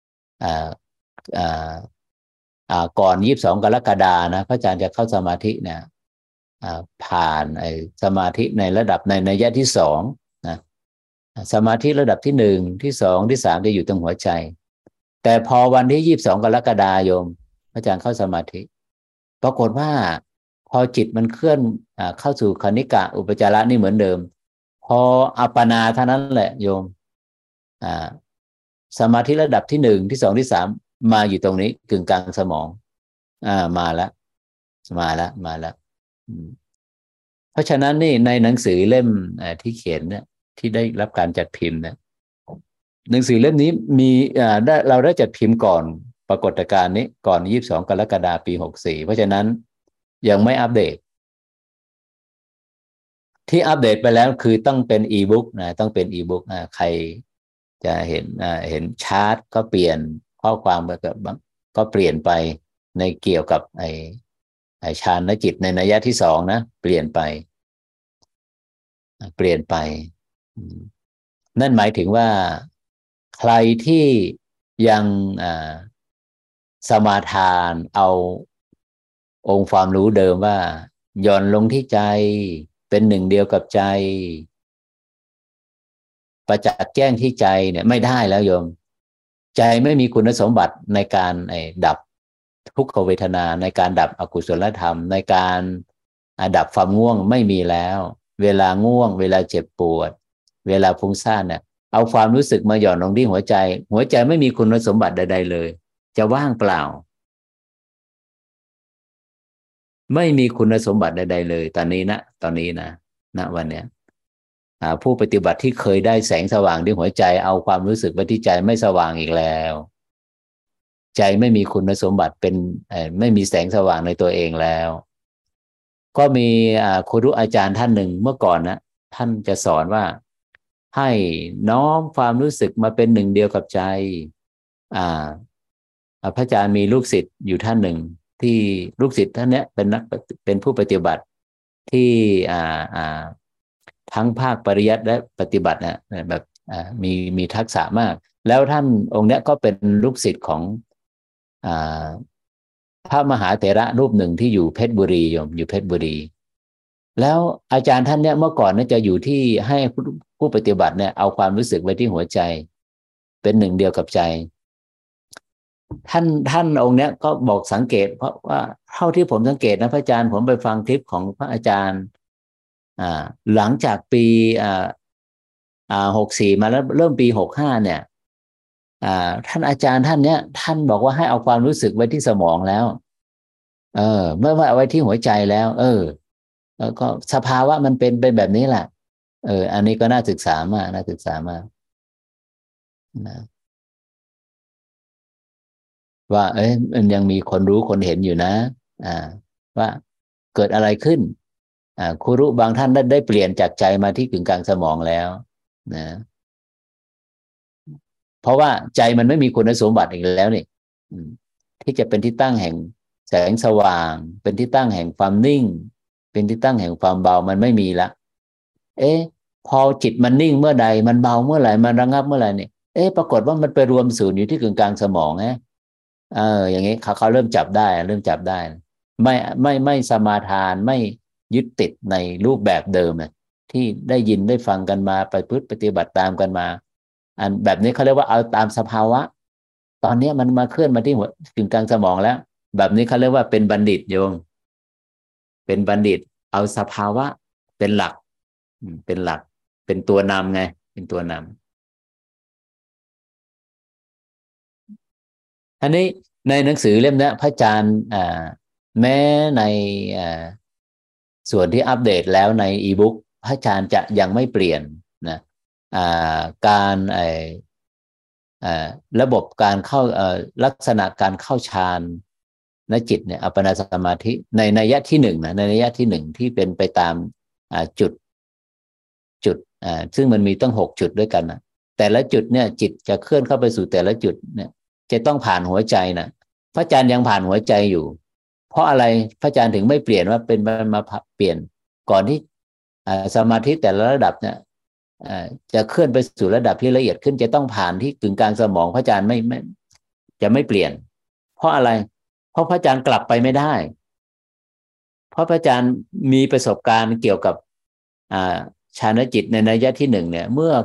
ก่อน22 กรกฎาคมนะพระอาจารย์จะเข้าสมาธิเนี่ยผ่านสมาธิในระดับในนัยยะที่2นะสมาธิระดับที่1ที่2ที่3จะอยู่ตรงหัวใจแต่พอวันที่22 กรกฎาคมพระอาจารย์เข้าสมาธิปรากฏว่าพอจิตมันเคลื่อนเข้าสู่คณิกะอุปจาระนี่เหมือนเดิมพออัปปนาเท่านั้นแหละโยมสมาธิระดับที่1ที่2ที่3มาอยู่ตรงนี้กึ่งกลางสมองมาแล้วเพราะฉะนั้นนี่ในหนังสือเล่มที่เขียนเนี่ยที่ได้รับการจัดพิมพ์เนี่ยหนังสือเล่มนี้มีเราได้จัดพิมพ์ก่อนปรากฏการณ์นี้ก่อน22 กรกฎาคมปี64เพราะฉะนั้นยังไม่อัปเดตที่อัปเดตไปแล้วคือต้องเป็นอีบุ๊กนะต้องเป็นอีบุ๊กใครจะเห็นชาร์ตก็เปลี่ยนข้อความก็เปลี่ยนไปในเกี่ยวกับไอ้ฌานจิตในนัยยะที่2นะเปลี่ยนไปนั่นหมายถึงว่าใครที่ยังสมาทานเอาองค์ความรู้เดิมว่าหย่อนลงที่ใจเป็นหนึ่งเดียวกับใจประจักษ์แจ้งที่ใจเนี่ยไม่ได้แล้วโยมใจไม่มีคุณสมบัติในการดับทุกขเวทนาในการดับอกุศลธรรมในการดับความง่วงไม่มีแล้วเวลาง่วงเวลาเจ็บปวดเวลาฟุ้งซ่านเนี่ยเอาความรู้สึกมาหย่อนลงที่หัวใจ หัวใจไม่มีคุณสมบัติใดๆเลยจะว่างเปล่าไม่มีคุณสมบัติใดๆเลยตอนนี้นะวันเนี้ยผู้ปฏิบัติที่เคยได้แสงสว่างที่หัวใจเอาความรู้สึกไว้ที่ใจไม่สว่างอีกแล้วใจไม่มีคุณสมบัติเป็นไม่มีแสงสว่างในตัวเองแล้วก็มีครูอาจารย์ท่านหนึ่งเมื่อก่อนนะท่านจะสอนว่าให้น้อมความรู้สึกมาเป็นหนึ่งเดียวกับใจอ่าพระอาจารย์มีลูกศิษย์อยู่ท่านหนึ่งที่ลูกศิษย์ท่านเนี้ยเป็นผู้ปฏิบัติที่ทั้งภาคปริยัติและปฏิบัตินะแบบมีทักษะมากแล้วท่านองค์เนี้ยก็เป็นลูกศิษย์ของพระมหาเถระรูปหนึ่งที่อยู่เพชรบุรีโยมอยู่เพชรบุรีแล้วอาจารย์ท่านเนี้ยเมื่อก่อนเนี่ยจะอยู่ที่ให้ผู้ปฏิบัติเนี่ยเอาความรู้สึกไว้ที่หัวใจเป็นหนึ่งเดียวกับใจท่านองค์เนี้ยก็บอกสังเกตเพราะว่าเท่าที่ผมสังเกตนะพระอาจารย์ผมไปฟังคลิปของพระอาจารย์หลังจากปี64มาแล้วเริ่มปี65เนี่ยท่านอาจารย์ท่านเนี้ยท่านบอกว่าให้เอาความรู้สึกไว้ที่สมองแล้วเมื่อว่าเอาไว้ที่หัวใจแล้วแล้วก็สภาวะมันเป็นแบบนี้แหละอันนี้ก็น่าศึกษามากน่าศึกษามากนะว่ามันยังมีคนรู้คนเห็นอยู่นะว่าเกิดอะไรขึ้นครูรู้บางท่านได้เปลี่ยนจากใจมาที่กึ่งกลางสมองแล้วนะเพราะว่าใจมันไม่มีคุณสมบัติอีกแล้วนี่ที่จะเป็นที่ตั้งแห่งแสงสว่างเป็นที่ตั้งแห่งความนิ่งเป็นที่ตั้งแห่งความเบามันไม่มีละพอจิตมันนิ่งเมื่อใดมันเบาเมื่อไหร่มันระงับเมื่อไหร่เนี่ยปรากฏว่ามันไปรวมศูนย์อยู่ที่กึ่งกลางสมองอย่างนี้เขาเริ่มจับได้เริ่มจับได้ไม่สมาทานไม่ยึดติดในรูปแบบเดิมที่ได้ยินได้ฟังกันมาไปพฤติปฏิบัติตามกันมาอันแบบนี้เขาเรียกว่าเอาตามสภาวะตอนนี้มันมาเคลื่อนมาที่หัวกึ่งกลางสมองแล้วแบบนี้เขาเรียกว่าเป็นบัณฑิตโยมเป็นบัณฑิตเอาสภาวะเป็นหลักเป็นตัวนำไงเป็นตัวนำอันนี้ในหนังสือเล่มนี้พระอาจารย์แม้ในส่วนที่อัปเดตแล้วในอีบุ๊กพระอาจารย์จะยังไม่เปลี่ยนนะการระบบการเข้าลักษณะการเข้าฌานนจิตเนี่ยอัปปนาสมาธิในนัยยะที่หนึ่งนะในนัยยะที่หนึ่งที่เป็นไปตามจุดซึ่งมันมีตั้ง6จุดด้วยกันนะแต่ละจุดเนี่ยจิตจะเคลื่อนเข้าไปสู่แต่ละจุดเนี่ยจะต้องผ่านหัวใจนะพระอาจารย์ยังผ่านหัวใจอยู่ เพราะอะไรพระอาจารย์ถึงไม่เปลี่ยนว่าเป็นมาเปลี่ยนก่อนที่สมาธิแต่ละระดับเนี่ยจะเคลื่อนไปสู่ระดับที่ละเอียดขึ้นจะต้องผ่านที่กึ่งกลางสมองพระอาจารย์ไม่จะไม่เปลี่ยนเพราะอะไรเพราะพระอาจารย์กลับไปไม่ได้เพราะพระอาจารย์มีประสบการณ์เกี่ยวกับฌานจิตในนัยยะที่หนึ่งเนี่ยเมื่อ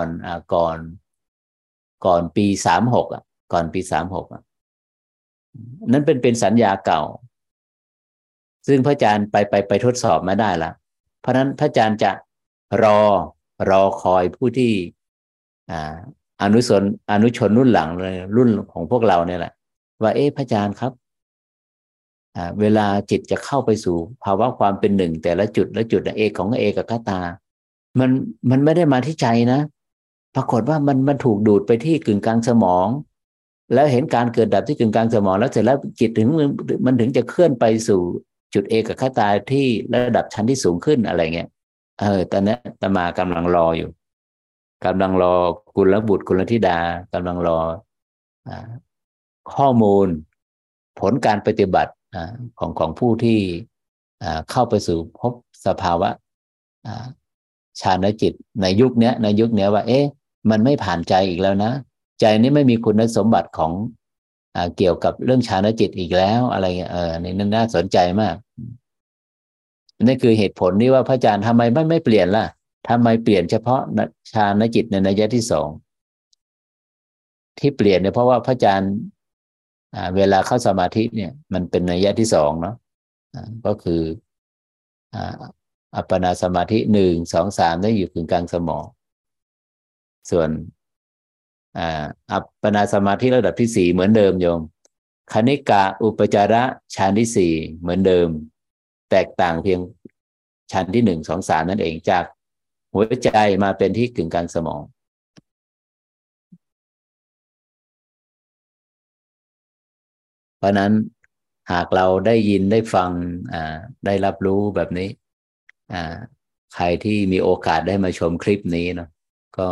ก่อนปี36ก่อนปี36นั้นเป็นสัญญาเก่าซึ่งพระอาจารย์ไปทดสอบมาได้ละเพราะนั้นพระอาจารย์จะรอคอยผู้ที่อนุชนรุ่นหลังเลยรุ่นของพวกเราเนี่ยแหละว่าพระอาจารย์ครับเวลาจิตจะเข้าไปสู่ภาวะความเป็นหนึ่งแต่ละจุดและจุดเอกของเอกคตามันไม่ได้มาที่ใจนะปรากฏว่ามันถูกดูดไปที่กึ่งกลางสมองแล้วเห็นการเกิดดับที่กึ่งกลางสมองแล้วเสร็จแล้วจิตมันถึงจะเคลื่อนไปสู่จุดเอกคตาที่ระดับชั้นที่สูงขึ้นอะไรเงี้ยตอนนี้อาตมากำลังรออยู่กำลังรอกุลบุตรกุลธิดากำลังรอข้อมูลผลการปฏิบัติของผู้ที่เข้าไปสู่พบสภาวะฌานจิตในยุคนี้ว่ามันไม่ผ่านใจอีกแล้วนะใจนี้ไม่มีคุณสมบัติของเกี่ยวกับเรื่องฌานจิตอีกแล้วอะไรเงี้ยนี่น่าสนใจมากนี่คือเหตุผลที่ว่าพระอาจารย์ทำไมไม่เปลี่ยนล่ะทำไมเปลี่ยนเฉพาะฌานจิตในนัยยะที่สองที่เปลี่ยนเนี่ยเพราะว่าพระอาจารย์เวลาเข้าสมาธิเนี่ยมันเป็นนัยยะที่สองเนาะก็คืออัปปนาสมาธิ1 2 3ได้อยู่กึ่งกลางสมองส่วนอัปปนาสมาธิระดับที่ 4เหมือนเดิมโยมคณิกะอุปจาระฌานที่ 4เหมือนเดิมแตกต่างเพียงฌานที่ 1 2 3นั่นเองจากหัวใจมาเป็นที่กึ่งกลางสมองเพราะนั้นหากเราได้ยินได้ฟังได้รับรู้แบบนี้ใครที่มีโอกาสได้มาชมคลิปนี้เนาะก็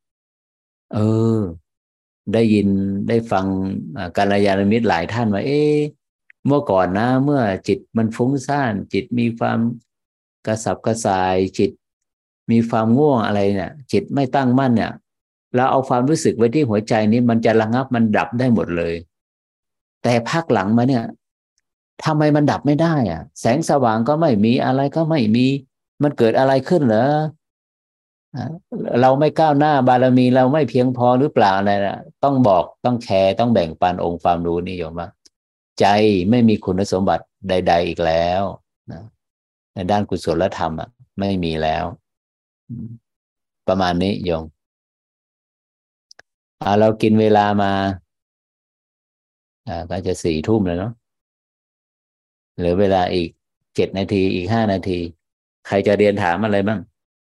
ได้ยินได้ฟังกัลยาณมิตรหลายท่านว่าเมื่อก่อนนะเมื่อจิตมันฟุ้งซ่านจิตมีความกระสับกระส่ายจิตมีความง่วงอะไรเนี่ยจิตไม่ตั้งมั่นเนี่ยเราเอาความรู้สึกไว้ที่หัวใจนี้มันจะระงับมันดับได้หมดเลยแต่พักหลังมาเนี่ยทำไมมันดับไม่ได้อ่ะแสงสว่างก็ไม่มีอะไรก็ไม่มีมันเกิดอะไรขึ้นเหรอเราไม่ก้าวหน้าบารมีเราไม่เพียงพอหรือเปล่าอะไรนะต้องบอกต้องแชร์ต้องแบ่งปันองค์ความรู้นี่โยมว่าใจไม่มีคุณสมบัติใดๆอีกแล้วนะในด้านกุศลธรรมไม่มีแล้วประมาณนี้โยมเรากินเวลามาก็จะ4 ทุ่มแล้วเนาะเหลือเวลาอีก7 นาทีอีก5 นาทีใครจะเรียนถามอะไรบ้าง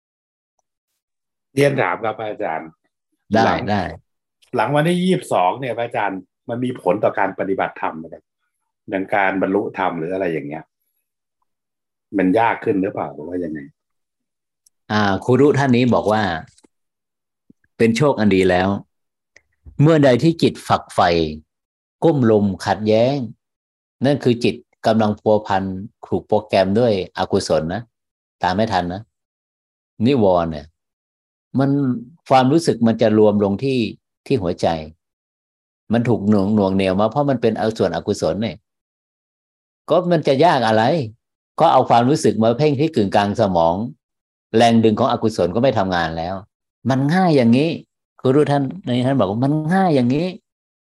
เรียนถามครับอาจารย์
ได้
หลัง
ได้
หลังวันที่22เนี่ยอาจารย์มันมีผลต่อการปฏิบัติธรรมไหมครับอย่างการบรรลุธรรมหรืออะไรอย่างเงี้ยมันยากขึ้นหรือเปล่าหรือว่ายังไง
ครูรุท่านนี้บอกว่าเป็นโชคอันดีแล้วเมื่อใดที่จิตฝักใฝ่ก้มลมขัดแย้งนั่นคือจิตกำลังพัวพันถูกโปรแกรมด้วยอกุศลนะตามไม่ทันนะนิวรณ์เนี่ยมันความรู้สึกมันจะรวมลงที่หัวใจมันถูกหน่วงเหนี่ยวมาเพราะมันเป็นส่วนอกุศลเนี่ยก็มันจะยากอะไรก็เอาความรู้สึกมาเพ่งที่กึ่งกลางสมองแรงดึงของอกุศลก็ไม่ทำงานแล้วมันง่ายอย่างนี้ครูรู้ท่านในท่านบอกว่ามันง่ายอย่างนี้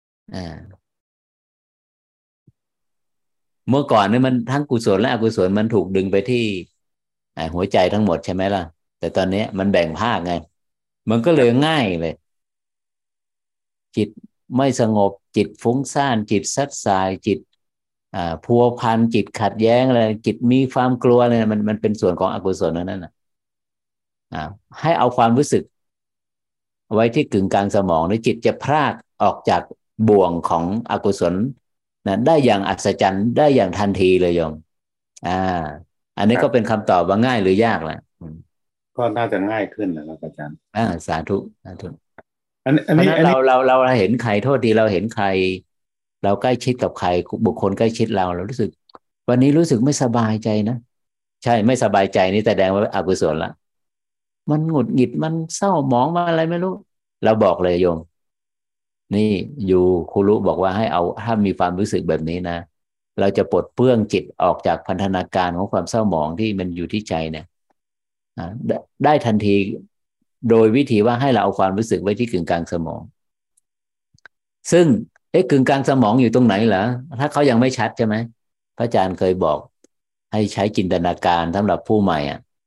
เมื่อก่อนเนี่ยมันทั้งกุศลและอกุศลมันถูกดึงไปที่หัวใจทั้งหมดใช่ไหมล่ะแต่ตอนนี้มันแบ่งภาคไงมันก็เลยง่ายเลยจิตไม่สงบจิตฟุ้งซ่านจิตซัดสายจิตพัวพันจิตขัดแย้งอะไรจิตมีความกลัวอะไรมันเป็นส่วนของอกุศลนั่นน่ะให้เอาความรู้สึกไว้ที่กึ่งกลางสมองแล้วจิตจะพรากออกจากบ่วงของอกุศลนะได้อย่างอัศจรรย์ได้อย่างทันทีเลยโยมอ่าอันนี้ก็เป็นคำตอบว่าง่ายหรือยากล่ะ
ก็น่าจะง่ายขึ้นนะครับอาจารย์
สาธุสาธุ
อัน
เพราะ
นี้
นั้นเราเห็นใครโทษทีเราเห็นใครเราใกล้ชิดกับใครบุคคลใกล้ชิดเรารู้สึกวันนี้รู้สึกไม่สบายใจนะใช่ไม่สบายใจนี่แสดงว่าอกุศลละมันหงุดหงิดมันเศร้าหมองมาอะไรไม่รู้เราบอกเลยโยมนี่อยู่ครูรู้บอกว่าให้เอาถ้ามีความรู้สึกแบบนี้นะเราจะปลดเปลื้องจิตออกจากพันธนาการของความเศร้าหมองที่มันอยู่ที่ใจเนี่ยได้ทันทีโดยวิธีว่าให้เราเอาความรู้สึกไว้ที่กึ่งกลางสมองซึ่งกึ่งกลางสมองอยู่ตรงไหนเหรอถ้าเขายังไม่ชัดใช่ไหมพระอาจารย์เคยบอกให้ใช้จินตนาการสำหรับผู้ใหม่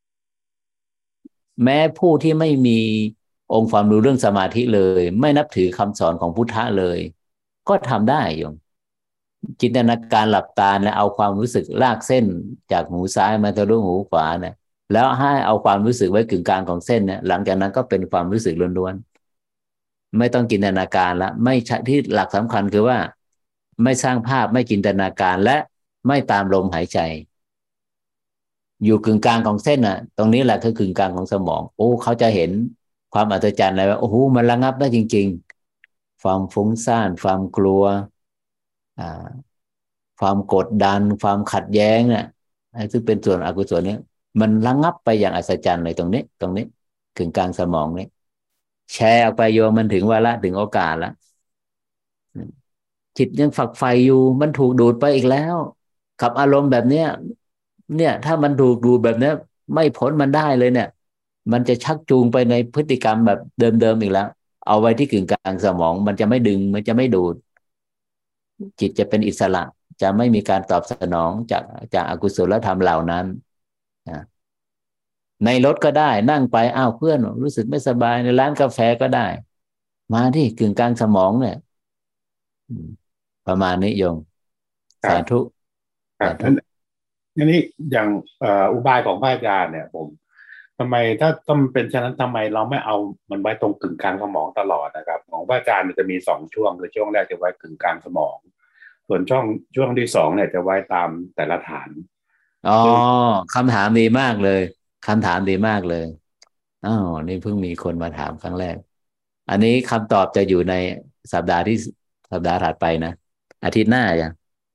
แม้ผู้ที่ไม่มีองค์ความรู้เรื่องสมาธิเลยไม่นับถือคำสอนของพุทธะเลยก็ทำได้โยมจินตนาการหลับตาแล้วเอาความรู้สึกลากเส้นจากหูซ้ายมาทะลุหูขวาเนี่ยแล้วให้เอาความรู้สึกไว้กึ่งกลางของเส้นเนี่ยหลังจากนั้นก็เป็นความรู้สึกล้วนๆไม่ต้องจินตนาการละไม่ที่หลักสำคัญคือว่าไม่สร้างภาพไม่จินตนาการและไม่ตามลมหายใจอยู่กึ่งกลางของเส้นตรงนี้แหละคือกึ่งกลางของสมองโอ้เขาจะเห็นความอัศจรรย์อะไรว่าโอ้โหมันระงับได้จริงๆความฟุ้งซ่านความกลัวความกดดันความขัดแย้งเนี่ยซึ่งเป็นส่วนอกุศลเนี่ยมันระงับไปอย่างอัศจรรย์เลยตรงนี้กึ่งกลางสมองนี่แชร์ออกไปโยมมันถึงวาระถึงโอกาสแล้วจิตยังฝักใฝ่อยู่มันถูกดูดไปอีกแล้วกับอารมณ์แบบเนี้ยเนี่ยถ้ามันถูกดูดแบบเนี้ยไม่พ้นมันได้เลยเนี่ยมันจะชักจูงไปในพฤติกรรมแบบเดิมๆอีกแล้วเอาไว้ที่กึ่งกลางสมองมันจะไม่ดึงมันจะไม่ดูดจิตจะเป็นอิสระจะไม่มีการตอบสนองจากอกุศลธรรมเหล่านั้นนะในรถก็ได้นั่งไปอ้าวเพื่อนรู้สึกไม่สบายในร้านกาแฟก็ได้มาที่กึ่งกลางสมองเนี่ยประมาณนี้โยมสาธุ
ครับ
สาธุ
อันนี้อย่างอุบายของพระอาจารย์เนี่ยผมทำไมถ้าต้องเป็นฉะนั้นทำไมเราไม่เอามันไว้ตรงกึ่งกลางสมองตลอดนะครับของพระอาจารย์มันจะมี2 ช่วงคือช่วงแรกจะไว้กึ่งกลางสมองส่วนช่วงที่สองเนี่ยจะไว้ตามแต่ละฐาน
อ๋อ
ซึ่ง
คำถามดีมากเลยคำถามดีมากเลยอ้าวนี่เพิ่งมีคนมาถามครั้งแรกอันนี้คำตอบจะอยู่ในสัปดาห์ที่สัปดาห์ถัดไปนะอาทิตย์หน้ายัง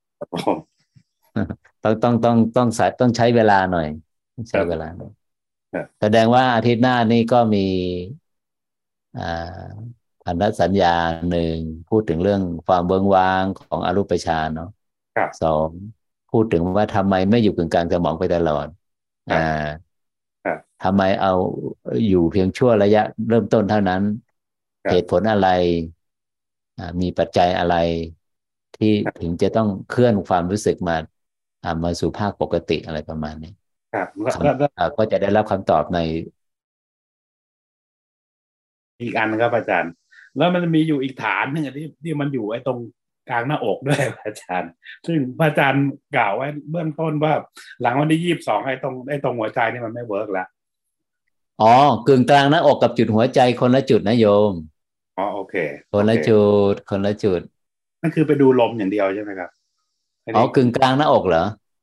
ต้องใช้เวลาหน่อยต้อง
ค
ใช้
รับ
เวลาหน่อย
ครับ
แสดงว่าอาทิตย์หน้านี่ก็มีอ่าพันธสัญญาหนึ่งพูดถึงเรื่องความเบิงวางของอรูปฌานเนาะ
ครับ
2พูดถึงว่าทำไมไม่อยู่กึ่งกลางสมองไปตลอดอ่า
ครับครับ
ทำไมเอาอยู่เพียงชั่วระยะเริ่มต้นเท่านั้นเหตุผ
ครับ
ลอะไรมีปัจจัยอะไรที่ถึงจะต้องเคลื่อนความรู้สึกมาสู่ภาคปกติอะไรประมาณนี้
ครับ
คก็จะได้รับคำตอบใน
อีกอันครับอาจารย์แล้วมันมีอยู่อีกฐานหนึ่งที่มันอยู่ไอ้ตรงกลางหน้าอกด้วยอาจารย์ซึ่งพระอาจารย์กล่าวไว้เบื้องต้นว่าหลังวันที่22ไอ้ตรงหัวใจนี่มันไม่เวิร์กแล้ว
อ๋อกึ่งกลางหน้าอกกับจุดหัวใจคนละจุดนะโยม
อ๋อโอเค
คนละจุดคนละจุด
นั่นคือไปดูลมอย่างเดียวใช่ไหมครับอันนี้
อ๋อกึ่งกลางหน้าอกเหร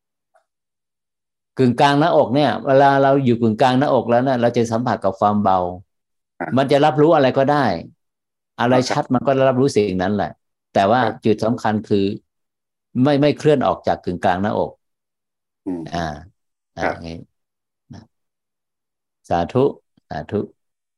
อกึ่งกลางหน้าอกเนี่ยเวลาเราอยู่กึ่งกลางหน้าอกแล้วเนี่ยเราจะสัมผัสกับความเบามันจะรับรู้อะไรก็ได้อะไรชัดมันก็รับรู้สิ่งนั้นแหละแต่ว่า
ครับ
จุดสำคัญคือไม่เคลื่อนออกจากกึ่งกลางหน้าอก
อืม
อ่า
ครับ
อย่างนี้นะสาธุสาธุ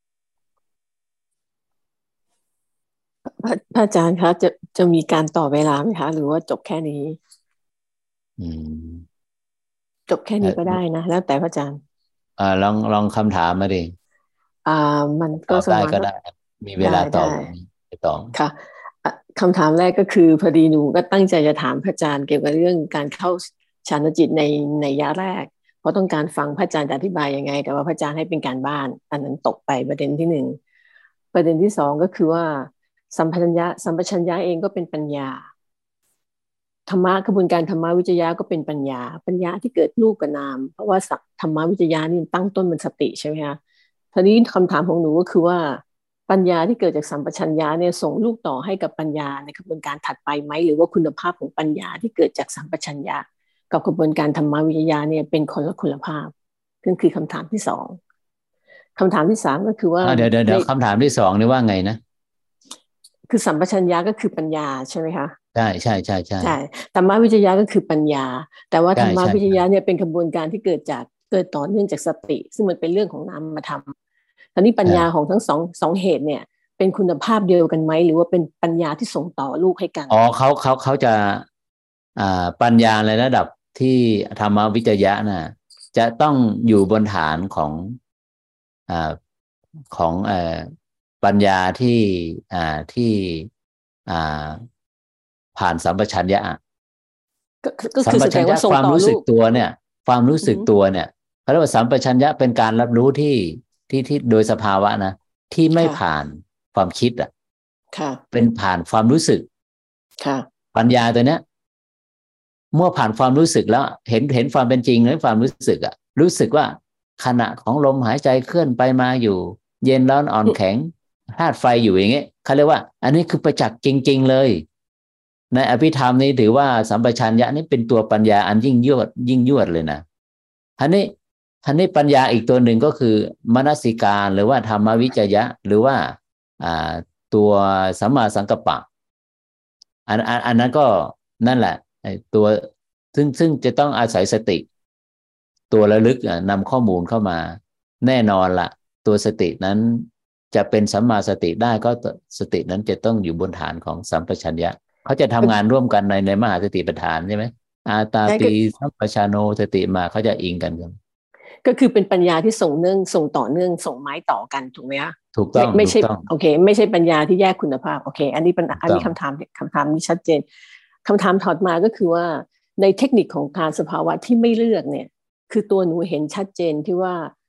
พระอาจารย์คะจะมีการต่อเวลาไหมคะหรือว่าจบแค่นี้
อืม
จบแค่นี้ก็ได้นะแล้วแต่พระอาจารย์
ลองคำถามมาดิ
อ่ามัน
ตอบ
ก็สมาก็
ได้ก็ได้มีเว
ได้
ลาตอ
ได้
บไปตอบ
ค่ะคำถามแรกก็คือพอดีหนูก็ตั้งใจจะถามพระอาจารย์เกี่ยวกับเรื่องการเข้าฌานจิตในยะแรกเพราะต้องการฟังพระอาจารย์จะอธิบายยังไงแต่ว่าพระอาจารย์ให้เป็นการบ้านอันนั้นตกไปประเด็นที่หนึ่งประเด็นที่สองก็คือว่าสัมปชัญญะเองก็เป็นปัญญา ธรรมะกระบวนการธรรมวิจยะก็เป็นปัญญาที่เกิดรูปกับนามเพราะว่าธรรมวิจยะนี่ตั้งต้นเป็นสติใช่ไหมคะทีนี้คำถามของหนูก็คือว่าปัญญาที่เกิดจากสัมปชัญญะเนี่ยส่งลูกต่อให้กับปัญญาในกระบวนการถัดไปไหมหรือว่าคุณภาพของปัญญาที่เกิดจากสัมปชัญญะกับกระบวนการธรรมวิจยะเนี่ยเป็นคนละคุณภาพนั่นคือคำถามที่สองคำถามที่สามก็คือว่า
เดี๋ยวคำถามที่สองนี่ว่าไงนะ
คือสัมปชัญญะก็คือปัญญาใช่ไหมคะ
ใช่
ธรรมวิจยะก็คือปัญญาแต่ว่าธรรม
ใช่ใช่
วิจยะเนี่ยเป็นกระบวนการที่เกิดต่อเนื่องจากสติซึ่งมันเป็นเรื่องของนามธรรมตอนนี้ปัญญาข
ใช่
องทั้งสองเหตุเนี่ยเป็นคุณภาพเดียวกันไหมหรือว่าเป็นปัญญาที่ส่งต่อลูกให้กัน
อ๋อเขาจะปัญญาในระดับที่ธรรมวิจยะน่ะจะต้องอยู่บนฐานอ่าของปัญญาที่อ่าผ่านสัมปชัญญะ
ก็
สัมป
คือแสดงว่าส่ง
ชัญญะความรู้สึก
ต่อลูก
ตัวเนี่ยความรู้สึกตัวเนี่ยเขาเรียกว่าสัมปชัญญะเป็นการรับรู้ที่โดยสภาวะนะที่ไม่
ค่ะ
ผ่านความคิดอ่ะ
ค่ะ
เป็นผ่านความรู้สึก
ค่ะ
ปัญญาตัวเนี้ยเมื่อผ่านความรู้สึกแล้วเห็นความเป็นจริงในความรู้สึกอ่ะรู้สึกว่าขณะของลมหายใจเคลื่อนไปมาอยู่เย็นร้อนอ่อนแข็งธาตุไฟอยู่อย่างเงี้ยเขาเรียกว่าอันนี้คือประจักษ์จริงๆเลยในอภิธรรมนี้ถือว่าสัมปชัญญะนี่เป็นตัวปัญญาอันยิ่งยวดเลยนะอันนี้ปัญญาอีกตัวหนึ่งก็คือมนสิการหรือว่าธรรมวิจยะหรือว่าตัวสัมมาสังกัปปะอันนั้นก็นั่นแหละไอ้ตัวซึ่งจะต้องอาศัยสติตัวระลึกนำข้อมูลเข้ามาแน่นอนละตัวสตินั้นจะเป็นสัมมาสติได้ก็สตินั้นจะต้องอยู่บนฐานของสัมปชัญญะเขาจะทำงานร่วมกันในมหาสติปัฏฐานใช่ไหมอาตาปีสัมปชานโนสติมาเขาจะอิงกัน
ก็คือเป็นปัญญาที่ส่งต่อเนื่องส่งไม้ต่อกันถูกไหมคะ
ถูกต้อง
ไม่ใช่
ถูกต้อง
โอเคไม่ใช่ปัญญาที่แยกคุณภาพโอเคอันนี้เป็นอันนี้
ถูกต้อง
คำถามนี้ชัดเจนคำถามถอดมาก็คือว่าในเทคนิคของการสภาวะที่ไม่เลือกเนี่ยคือตัวหนูเห็นชัดเจนที่ว่า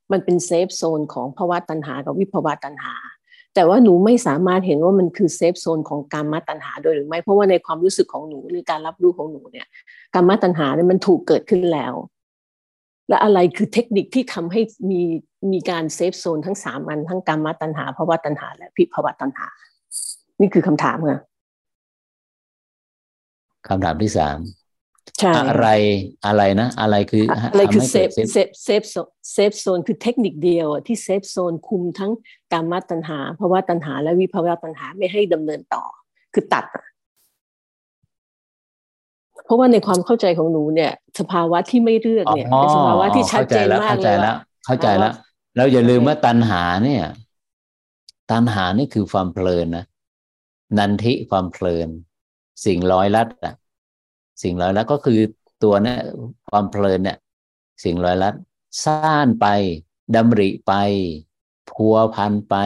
มันเป็นเซฟโซนของภวตัณหากับวิภวตัณหาแต่ว่าหนูไม่สามารถเห็นว่ามันคือเซฟโซนของกามตัณหาโดยหรือไม่เพราะว่าในความรู้สึกของหนูหรือการรับรู้ของหนูเนี่ยกามตัณหาเนี่ยมันถูกเกิดขึ้นแล้วและอะไรคือเทคนิคที่ทำให้มีการเซฟโซนทั้ง3อันทั้งกามตัณหาภวตัณหาและวิภวตัณหานี่คือคำถามค่ะ
คำถามที่3
ใช่
อะไรนะอะไรคือ
อะไรคือเซฟโซนคือเทคนิคเดียวที่เซฟโซนคุมทั้งกามตัณหาภวตัณหาและวิภวตัณหาไม่ให้ดำเนินต่อคือตัดเพราะว่าในความเข้าใจของหนูเนี่ยสภาวะที่ไม่เลือกเนี่ยเป็นสภาวะที่ชัดเจนมากเลยว่า
เข้าใจแล้วแล้วอย่าลืมว่าตัณหาเนี่ยตัณหานี่คือความเพลินนะนันทิความเพลินสิ่งร้อยลัดอ่ะสิ่งร้อยลัดก็คือตัวเนี่ยความเพลินเนี่ยสิ่งร้อยลัดซ่านไปดำริไปพัวพันไป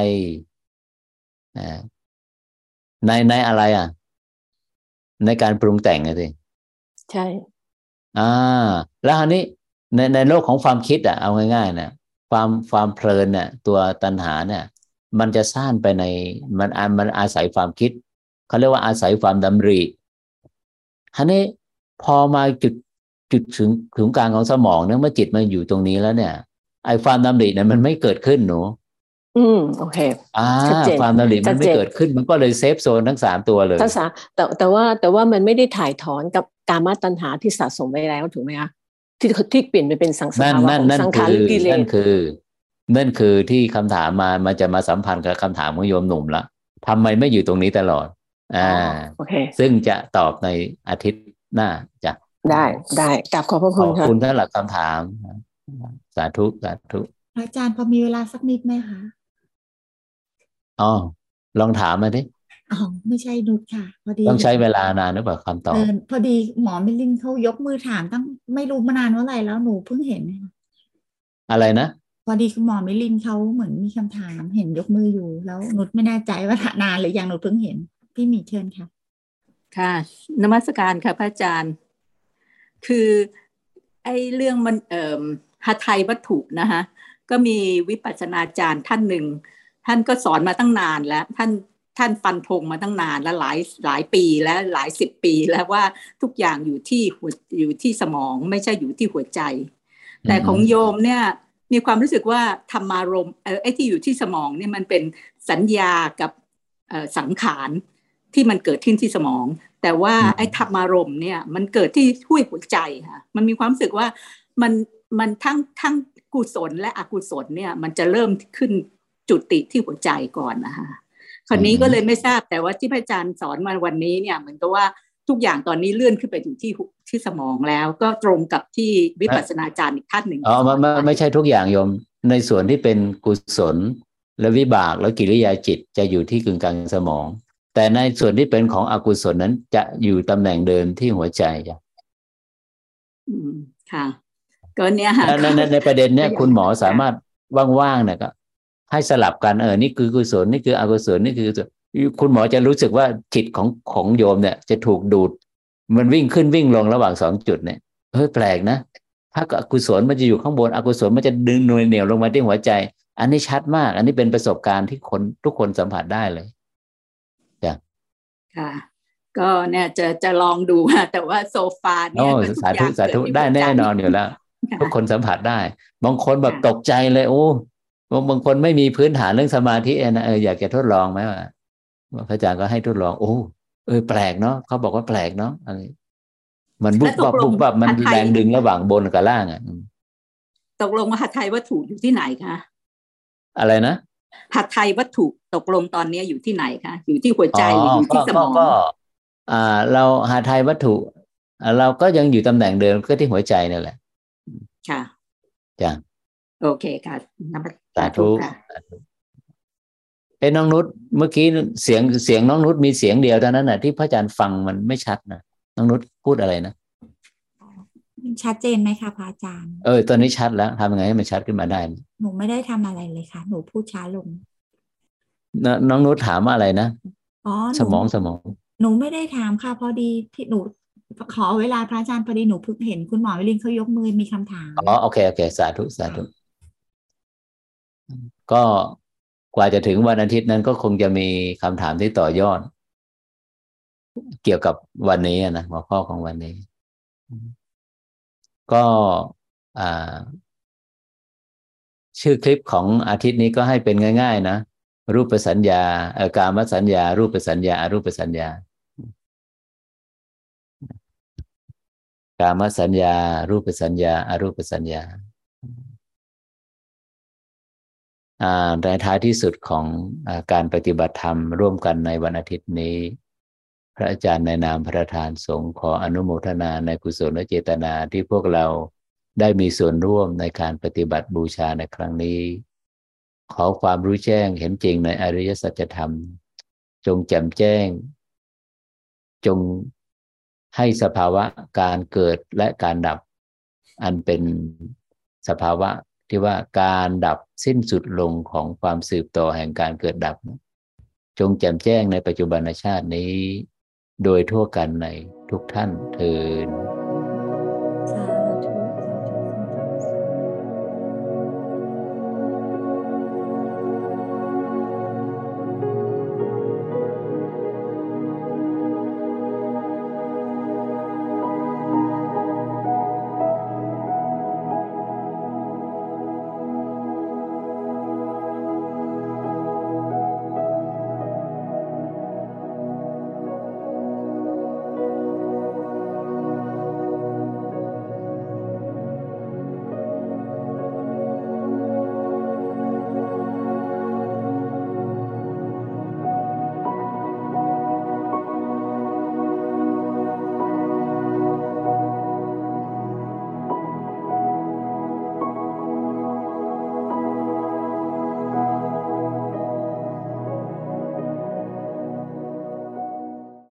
ในอะไรอ่ะในการปรุงแต่งไงสิ
ใช่
แล้วอันนี้ในโลกของความคิดอ่ะเอาง่ายๆนะความเพลินเนี่ยตัวตัณหาเนี่ยมันจะซ่านไปในมันอาศัยความคิดเขาเรียกว่าอาศัยความดำริอันนี้พอมาจุดถึงกลางของสมองเนี่ยเมื่อจิตมาอยู่ตรงนี้แล้วเนี่ยไอ้ความดำริเนี่ยมันไม่เกิดขึ้นหนู
โอเค
ความดำริมันไม่เกิดขึ้นมันก็เลยเซฟโซนทั้ง3ตัวเลย
แต่ว่ามันไม่ได้ถ่ายถอนกับกามตัณหาที่สะสมไว้แล้วถูกไหมคะที่เปลี่ยนไปเป็นสังสารวัฏของสังขารหรือกิเลส
นั่นคือที่คำถามมันจะมาสัมพันธ์กับคำถามของโยมหนุ่มละทำไมไม่อยู่ตรงนี้ตลอด
โอเค
ซึ่งจะตอบในอาทิตย์หน้าจ้ะ
ได้กราบขอบพระคุณค่ะ
ขอบคุณสำหรับคำถามสาธุ
อาจารย์พอมีเวลาสักนิดไหมคะ
ลองถามมาดิ
ไม่ใช่นุชค่ะพอดี
ต้องใช้เวลานานหรือเปล่าคำตอบ
พอดีหมอมิลินเขายกมือถามตั้งไม่รู้มานานเท่าไหร่แล้วหนูเพิ่งเห็น
อะไรนะ
พอดีคุณหมอมิลินเขาเหมือนมีคำถามเห็นยกมืออยู่แล้วนุชไม่แน่ใจว่านานหรือยังนุชเพิ่งเห็นพี่มีเชิญค่ะ
ค่ะนมัสการค่ะพระอาจารย์คือไอ้เรื่องมันหทัยวัตถุนะคะก็มีวิปัสสนาจารย์ท่านหนึ่งท่านก็สอนมาตั้งนานแล้วท่านฟันธงมาตั้งนานแล้วหลายปีแล้วหลาย10 ปีแล้วว่าทุกอย่างอยู่ที่สมองไม่ใช่อยู่ที่หัวใจแต่ของโยมเนี่ยมีความรู้สึกว่าธรรมารมณ์ไอ้ที่อยู่ที่สมองเนี่ยมันเป็นสัญญากับสังขารที่มันเกิดขึ้นที่สมองแต่ว่าไอ้ธรรมารมณ์เนี่ยมันเกิดที่ห้วยหัวใจค่ะมันมีความรู้สึกว่ามันทั้งกุศลและอกุศลเนี่ยมันจะเริ่มขึ้นจุติที่หัวใจก่อนนะคะคราวนี้ก็เลยไม่ทราบแต่ว่าที่พระอาจารย์สอนมาวันนี้เนี่ยเหมือนกับว่าทุกอย่างตอนนี้เลื่อนขึ้นไปอยู่ที่สมองแล้วก็ตรงกับที่วิปัสสนาจารย์อีกท่านหนึ่ง
ไม่ใช่ทุกอย่างโยมในส่วนที่เป็นกุศลและวิบากและกิริยาจิตจะอยู่ที่กึ่งกลางสมองแต่ในส่วนที่เป็นของอกุศลนั้นจะอยู่ตำแหน่งเดิมที่หัวใจจ้ะ
ค่ะก็เนี้ยค่ะ
ในประเด็นเนี้ยคุณหมอสามารถว่างๆเนี่ยก็ให้สลับกันนี่คือกุศลนี่คืออกุศลนี่คือคุณหมอจะรู้สึกว่าจิตของโยมเนี่ยจะถูกดูดมันวิ่งขึ้นวิ่งลงระหว่าง2 จุดเนี่ยแปลกนะถ้ากุศลมันจะอยู่ข้างบนอกุศลมันจะดึงหน่วยเหนี่ยวลงมาที่หัวใจอันนี้ชัดมากอันนี้เป็นประสบการณ์ที่ทุกคนสัมผัสได้เลยจ้ะ
ค่ะก็เนี่ยจะลองดูแต่ว่าโซฟาเนี่ย
สาธุได้แน่นอนอยู่แล้วทุกคนสัมผัสได้บางคนแบบตกใจเลยบางคนไม่มีพื้นฐานเรื่องสมาธินะอยากจะทดลองไหมว่าพระอาจารย์ก็ให้ทดลองแปลกเนาะเขาบอกว่าแปลกเนาะอะไรมันบุบบับมันแรงดึงระหว่างบนกับล่าง
ตกลงว่าหทัยวัตถุอยู่ที่ไหนคะ
อะไรนะ
หทัยวัตถุตกลงตอนนี้อยู่ที่ไหนคะอยู่ที่หัวใจหรืออยู่ที่สมอง
ก็เราหทัยวัตถุเราก็ยังอยู่ตำแหน่งเดิมก็ที่หัวใจนั่นแหละ
ค่ะ
จ้ะ
โอเคค่ะ
สาธุน้องนุชเมื่อกี้เสียงน้องนุชมีเสียงเดียวเท่านั้นน่ะที่พระอาจารย์ฟังมันไม่ชัดนะน้องนุชพูดอะไรนะ
ชัดเจนไหมคะพระอาจารย์
ตอนนี้ชัดแล้วทำยังไงให้มันชัดขึ้นมาได้
หนูไม่ได้ทำอะไรเลยค่ะหนูพูดช้าลง
น้องนุชถามว่าอะไรนะสมอง
หนูไม่ได้ถามค่ะพอดีที่หนูขอเวลาพระอาจารย์พอดีหนูเพิ่งเห็นคุณหมอวิลินเขายกมือมีคำถาม
โอเคสาธุก็กว่าจะถึงวันอาทิตย์นั้นก็คงจะมีคำถามที่ต่อยอดเกี่ยวกับวันนี้นะหัวข้อของวันนี้ ก็ชื่อคลิปของอาทิตย์นี้ก็ให้เป็นง่ายๆนะรูปสัญญากามสัญญารูปสัญญาอรูปสัญญากามสัญญารูปสัญญาอรูปสัญญาในท้ายที่สุดของการปฏิบัติธรรมร่วมกันในวันอาทิตย์นี้พระอาจารย์ในนามพระประธานสงฆ์ขออนุโมทนาในกุศลและเจตนาที่พวกเราได้มีส่วนร่วมในการปฏิบัติบูชาในครั้งนี้ขอความรู้แจ้งเห็นจริงในอริยสัจธรรมจงแจ่มแจ้งจงให้สภาวะการเกิดและการดับอันเป็นสภาวะที่ว่าการดับสิ้นสุดลงของความสืบต่อแห่งการเกิดดับจงแจ่มแจ้งในปัจจุบันชาตินี้โดยทั่วกันในทุกท่านเทอญ